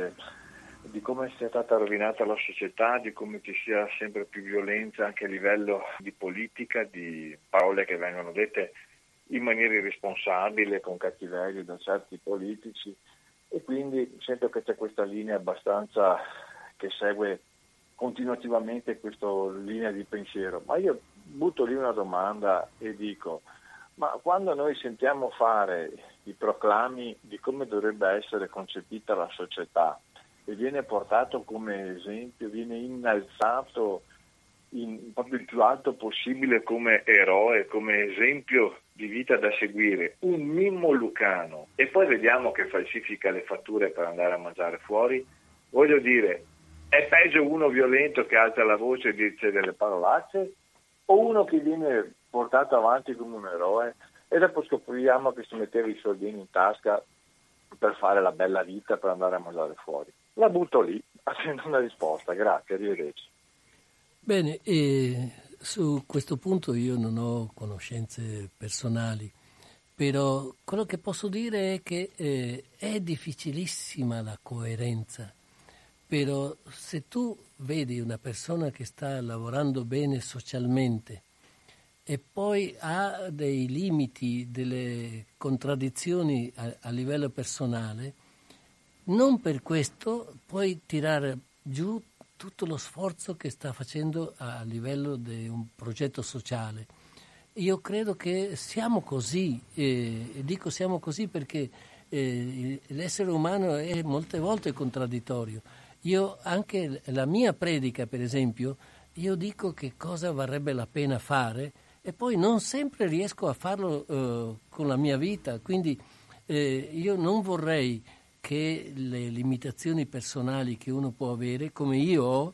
di come sia stata rovinata la società, di come ci sia sempre più violenza anche a livello di politica, di parole che vengono dette in maniera irresponsabile, con cattiveria da certi politici, e quindi sento che c'è questa linea abbastanza che segue continuativamente questa linea di pensiero. Ma io butto lì una domanda e dico: ma quando noi sentiamo fare i proclami di come dovrebbe essere concepita la società e viene portato come esempio, viene innalzato proprio il più alto possibile come eroe, come esempio di vita da seguire, un Mimmo Lucano, e poi vediamo che falsifica le fatture per andare a mangiare fuori, voglio dire, è peggio uno violento che alza la voce e dice delle parolacce, o uno che viene portato avanti come un eroe e dopo scopriamo che si metteva i soldini in tasca per fare la bella vita, per andare a mangiare fuori? La butto lì, attendo una risposta. Grazie, arrivederci. Bene, su questo punto io non ho conoscenze personali, però quello che posso dire è che è difficilissima la coerenza. Però se tu vedi una persona che sta lavorando bene socialmente e poi ha dei limiti, delle contraddizioni a livello personale, non per questo puoi tirare giù tutto lo sforzo che sta facendo a livello di un progetto sociale. Io credo che siamo così, dico siamo così perché l'essere umano è molte volte contraddittorio. Io anche la mia predica, per esempio, io dico che cosa varrebbe la pena fare e poi non sempre riesco a farlo con la mia vita, quindi io non vorrei che le limitazioni personali che uno può avere, come io ho,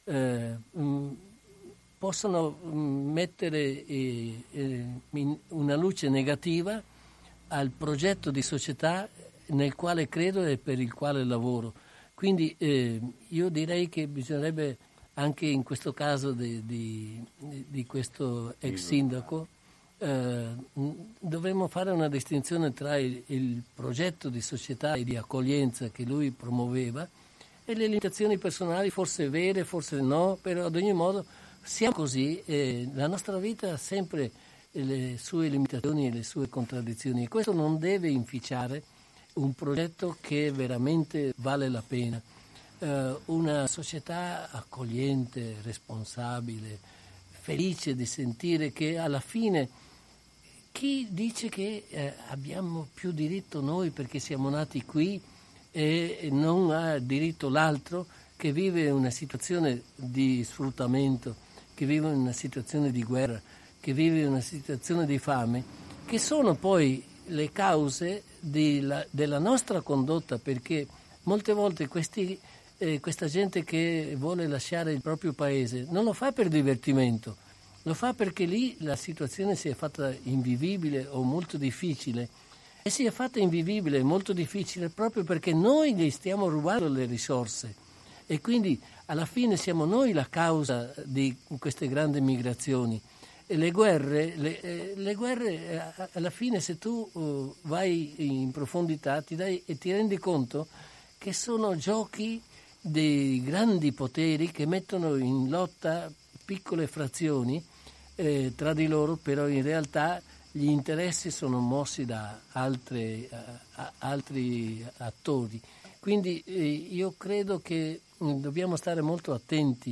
possano mettere una luce negativa al progetto di società nel quale credo e per il quale lavoro. Quindi io direi che bisognerebbe anche in questo caso di questo ex sindaco, dovremmo fare una distinzione tra il progetto di società e di accoglienza che lui promuoveva e le limitazioni personali, forse vere, forse no, però ad ogni modo siamo così, la nostra vita ha sempre le sue limitazioni e le sue contraddizioni, e questo non deve inficiare un progetto che veramente vale la pena. Una società accogliente, responsabile, felice di sentire che alla fine chi dice che abbiamo più diritto noi perché siamo nati qui e non ha diritto l'altro che vive una situazione di sfruttamento, che vive una situazione di guerra, che vive una situazione di fame, che sono poi le cause della nostra condotta, perché molte volte questa gente che vuole lasciare il proprio paese non lo fa per divertimento, lo fa perché lì la situazione si è fatta invivibile o molto difficile, e si è fatta invivibile e molto difficile proprio perché noi gli stiamo rubando le risorse, e quindi alla fine siamo noi la causa di queste grandi migrazioni. E le guerre alla fine, se tu vai in profondità e ti rendi conto che sono giochi dei grandi poteri che mettono in lotta piccole frazioni tra di loro, però in realtà gli interessi sono mossi da altri attori. Quindi io credo che dobbiamo stare molto attenti.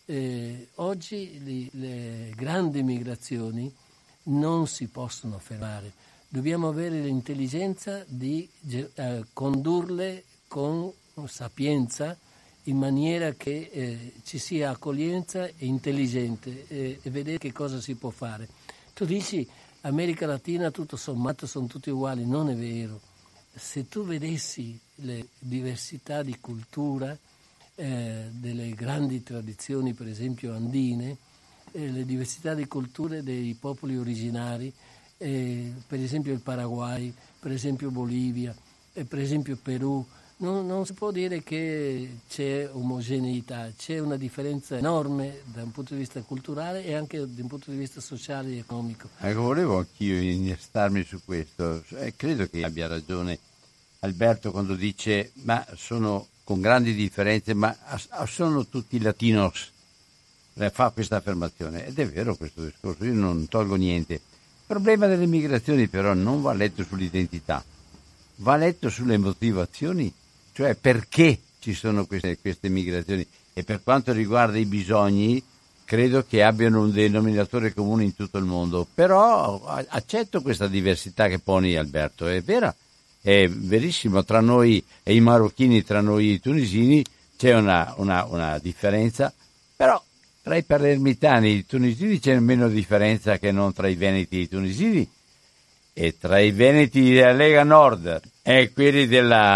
Oggi le grandi migrazioni non si possono fermare, dobbiamo avere l'intelligenza di condurle con sapienza, in maniera che ci sia accoglienza e intelligente, e vedere che cosa si può fare. Tu dici America Latina tutto sommato sono tutti uguali, non è vero. Se tu vedessi le diversità di cultura, delle grandi tradizioni per esempio andine, le diversità di culture dei popoli originari, per esempio il Paraguay, per esempio Bolivia, per esempio Perù, non si può dire che c'è omogeneità, c'è una differenza enorme da un punto di vista culturale e anche da un punto di vista sociale e economico. Ecco, volevo anch'io innestarmi su questo. Credo che abbia ragione Alberto quando dice ma sono con grandi differenze, ma sono tutti latinos. Fa questa affermazione ed è vero questo discorso, io non tolgo niente. Il problema delle migrazioni però non va letto sull'identità, va letto sulle motivazioni, cioè perché ci sono queste migrazioni, e per quanto riguarda i bisogni credo che abbiano un denominatore comune in tutto il mondo, però accetto questa diversità che poni Alberto, è vera, è verissimo, tra noi e i marocchini, tra noi e i tunisini c'è una differenza, però tra i palermitani e i tunisini c'è meno differenza che non tra i veneti e i tunisini, e tra i veneti della Lega Nord e quelli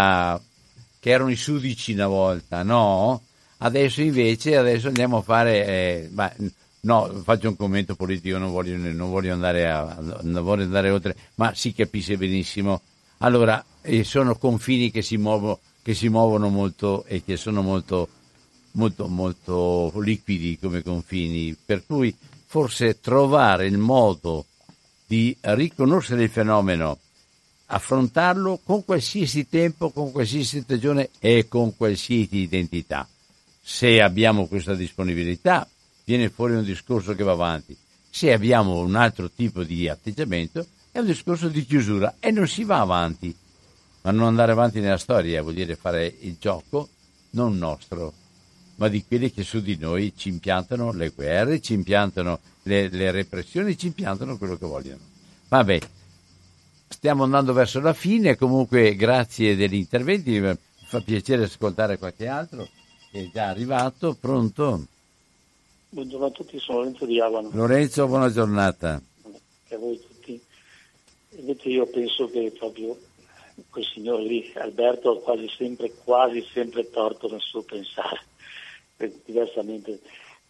che erano i sudici una volta, no? Adesso invece andiamo a fare no, faccio un commento politico, non voglio andare oltre, ma si capisce benissimo. Allora, sono confini che si muovono molto e che sono molto molto molto liquidi come confini, per cui forse trovare il modo di riconoscere il fenomeno, affrontarlo con qualsiasi tempo, con qualsiasi stagione e con qualsiasi identità. Se abbiamo questa disponibilità viene fuori un discorso che va avanti, se abbiamo un altro tipo di atteggiamento è un discorso di chiusura e non si va avanti. Ma non andare avanti nella storia vuol dire fare il gioco non nostro, ma di quelli che su di noi ci impiantano le guerre, ci impiantano le repressioni, ci impiantano quello che vogliono. Vabbè, stiamo andando verso la fine, comunque grazie degli interventi, mi fa piacere ascoltare qualche altro che è già arrivato. Pronto? Buongiorno a tutti, sono Lorenzo di Abano. Lorenzo, buona giornata. E a voi tutti. Invece io penso che proprio quel signor lì, Alberto, ha quasi sempre torto nel suo pensare, diversamente.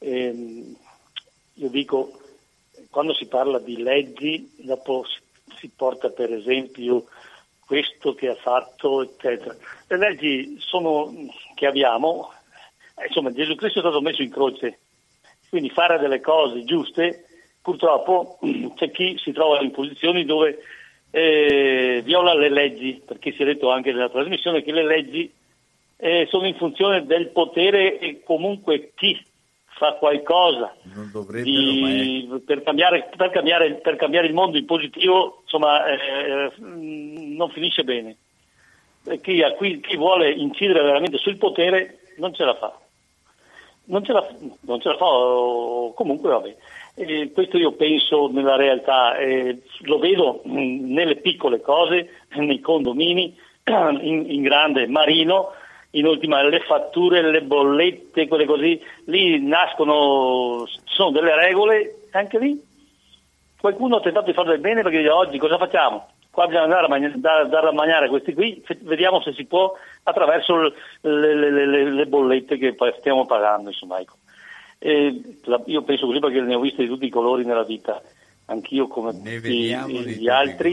Io dico, quando si parla di leggi, dopo si porta per esempio questo che ha fatto, eccetera. Le leggi che abbiamo insomma Gesù Cristo è stato messo in croce, quindi fare delle cose giuste, purtroppo c'è chi si trova in posizioni dove viola le leggi, perché si è detto anche nella trasmissione che le leggi sono in funzione del potere, e comunque chi fa qualcosa per cambiare il mondo in positivo, insomma, non finisce bene. Chi vuole incidere veramente sul potere non ce la fa. Non ce la fa, comunque vabbè. Questo io penso nella realtà, lo vedo nelle piccole cose, nei condomini, in grande Marino, in ultima le fatture, le bollette, quelle così, lì nascono, sono delle regole, anche lì qualcuno ha tentato di fare del bene, perché oggi cosa facciamo? Qua bisogna andare a mangiare questi qui, vediamo se si può attraverso le bollette che stiamo pagando, insomma, ecco. Io penso così perché ne ho viste di tutti i colori nella vita, anch'io come gli altri.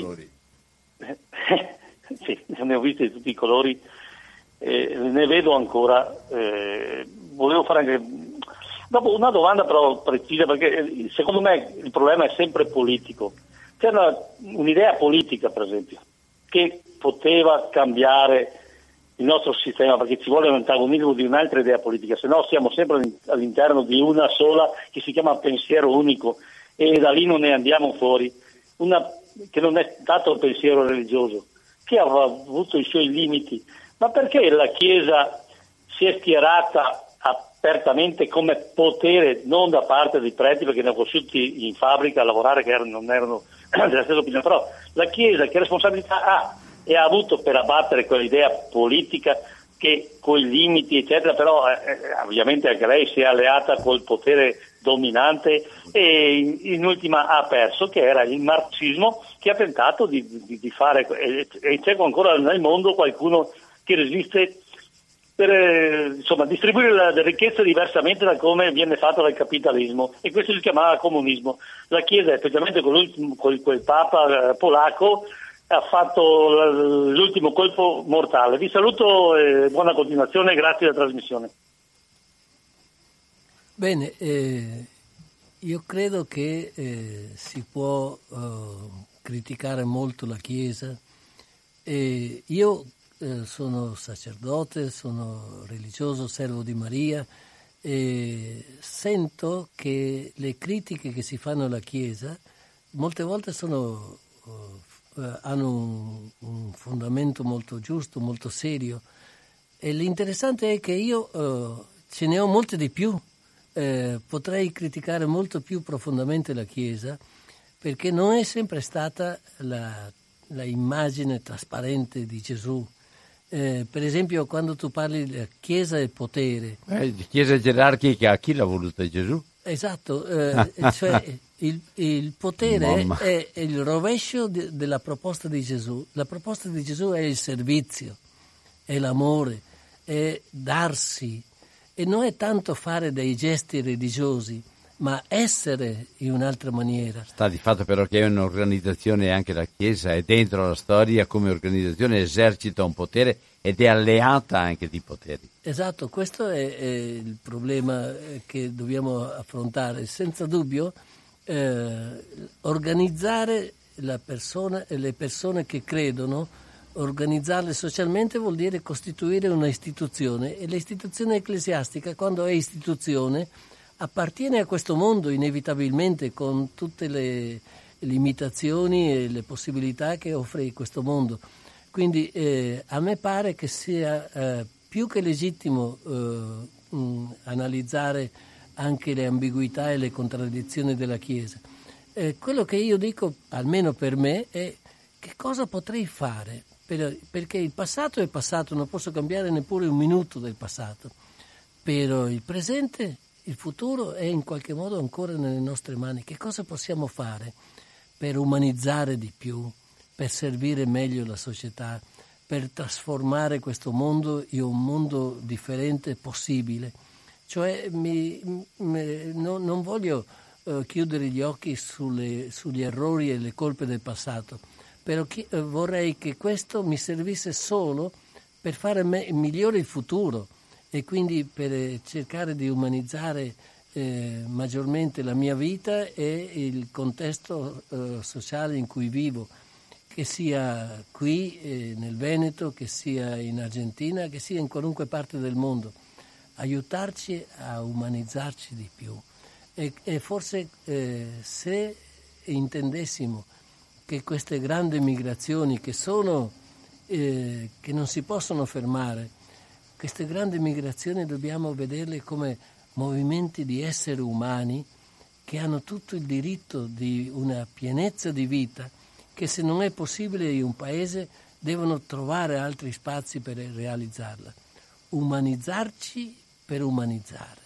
Sì, ne ho viste di tutti i colori, ne vedo ancora. Volevo fare anche dopo una domanda però precisa, perché secondo me il problema è sempre politico. C'è un'idea politica, per esempio, che poteva cambiare il nostro sistema, perché ci vuole un antagonismo di un'altra idea politica, se no siamo sempre all'interno di una sola che si chiama pensiero unico, e da lì non ne andiamo fuori, che non è stato il pensiero religioso, che ha avuto i suoi limiti. Ma perché la Chiesa si è schierata apertamente come potere, non da parte dei preti, perché ne ho conosciuti in fabbrica a lavorare che non erano della stessa opinione, però la Chiesa che responsabilità ha e ha avuto per abbattere quell'idea politica che con i limiti eccetera, però ovviamente anche lei si è alleata col potere dominante e in ultima ha perso, che era il marxismo, che ha tentato di fare, e c'è ancora nel mondo qualcuno che resiste per distribuire le ricchezze diversamente da come viene fatto dal capitalismo, e questo si chiamava comunismo. La Chiesa, specialmente con quel Papa polacco, ha fatto l'ultimo colpo mortale. Vi saluto e buona continuazione, grazie della trasmissione. Bene, io credo che si può criticare molto la Chiesa. Io sono sacerdote, sono religioso, servo di Maria, e sento che le critiche che si fanno alla Chiesa molte volte hanno un fondamento molto giusto, molto serio, e l'interessante è che io ce ne ho molte di più. Potrei criticare molto più profondamente la Chiesa, perché non è sempre stata la immagine trasparente di Gesù. Per esempio, quando tu parli di Chiesa e potere, Chiesa gerarchica, chi l'ha voluta, Gesù? Esatto, cioè il potere è il rovescio della proposta di Gesù. La proposta di Gesù è il servizio, è l'amore, è darsi, e non è tanto fare dei gesti religiosi, ma essere in un'altra maniera. Sta di fatto però che è un'organizzazione, anche la Chiesa è dentro la storia come organizzazione, esercita un potere ed è alleata anche di poteri. Esatto, questo è il problema che dobbiamo affrontare. Senza dubbio organizzare le persone che credono, organizzarle socialmente vuol dire costituire una istituzione, e l'istituzione ecclesiastica, quando è istituzione, appartiene a questo mondo inevitabilmente, con tutte le limitazioni e le possibilità che offre questo mondo. Quindi a me pare che sia più che legittimo analizzare anche le ambiguità e le contraddizioni della Chiesa. Quello che io dico, almeno per me, è che cosa potrei fare, perché il passato è passato, non posso cambiare neppure un minuto del passato, però il presente, il futuro è in qualche modo ancora nelle nostre mani. Che cosa possiamo fare per umanizzare di più, per servire meglio la società, per trasformare questo mondo in un mondo differente possibile? Cioè non voglio chiudere gli occhi sugli errori e le colpe del passato, però vorrei che questo mi servisse solo per fare migliore il futuro, e quindi per cercare di umanizzare maggiormente la mia vita e il contesto sociale in cui vivo, che sia qui nel Veneto, che sia in Argentina, che sia in qualunque parte del mondo, aiutarci a umanizzarci di più. E forse se intendessimo che queste grandi migrazioni che non si possono fermare, queste grandi migrazioni dobbiamo vederle come movimenti di esseri umani che hanno tutto il diritto di una pienezza di vita che, se non è possibile in un paese, devono trovare altri spazi per realizzarla. Umanizzarci per umanizzare.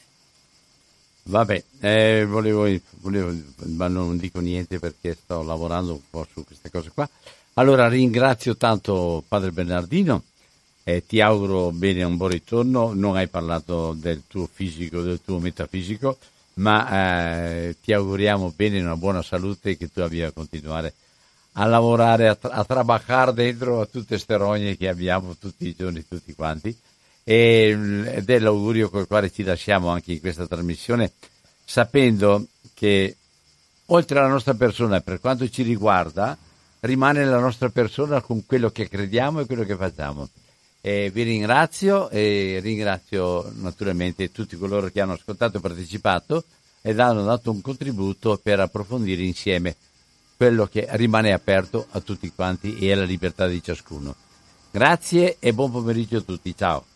Vabbè, volevo, ma non dico niente perché sto lavorando un po' su queste cose qua. Allora ringrazio tanto Padre Bernardino. Ti auguro bene, un buon ritorno. Non hai parlato del tuo fisico, del tuo metafisico, ma ti auguriamo bene, una buona salute, che tu abbia a continuare a lavorare, a trabajare dentro a tutte queste rogne che abbiamo tutti i giorni, tutti quanti. Ed è l'augurio col quale ci lasciamo anche in questa trasmissione, sapendo che oltre alla nostra persona, per quanto ci riguarda, rimane la nostra persona con quello che crediamo e quello che facciamo. Vi ringrazio e ringrazio naturalmente tutti coloro che hanno ascoltato e partecipato ed hanno dato un contributo per approfondire insieme quello che rimane aperto a tutti quanti e alla libertà di ciascuno. Grazie e buon pomeriggio a tutti, ciao.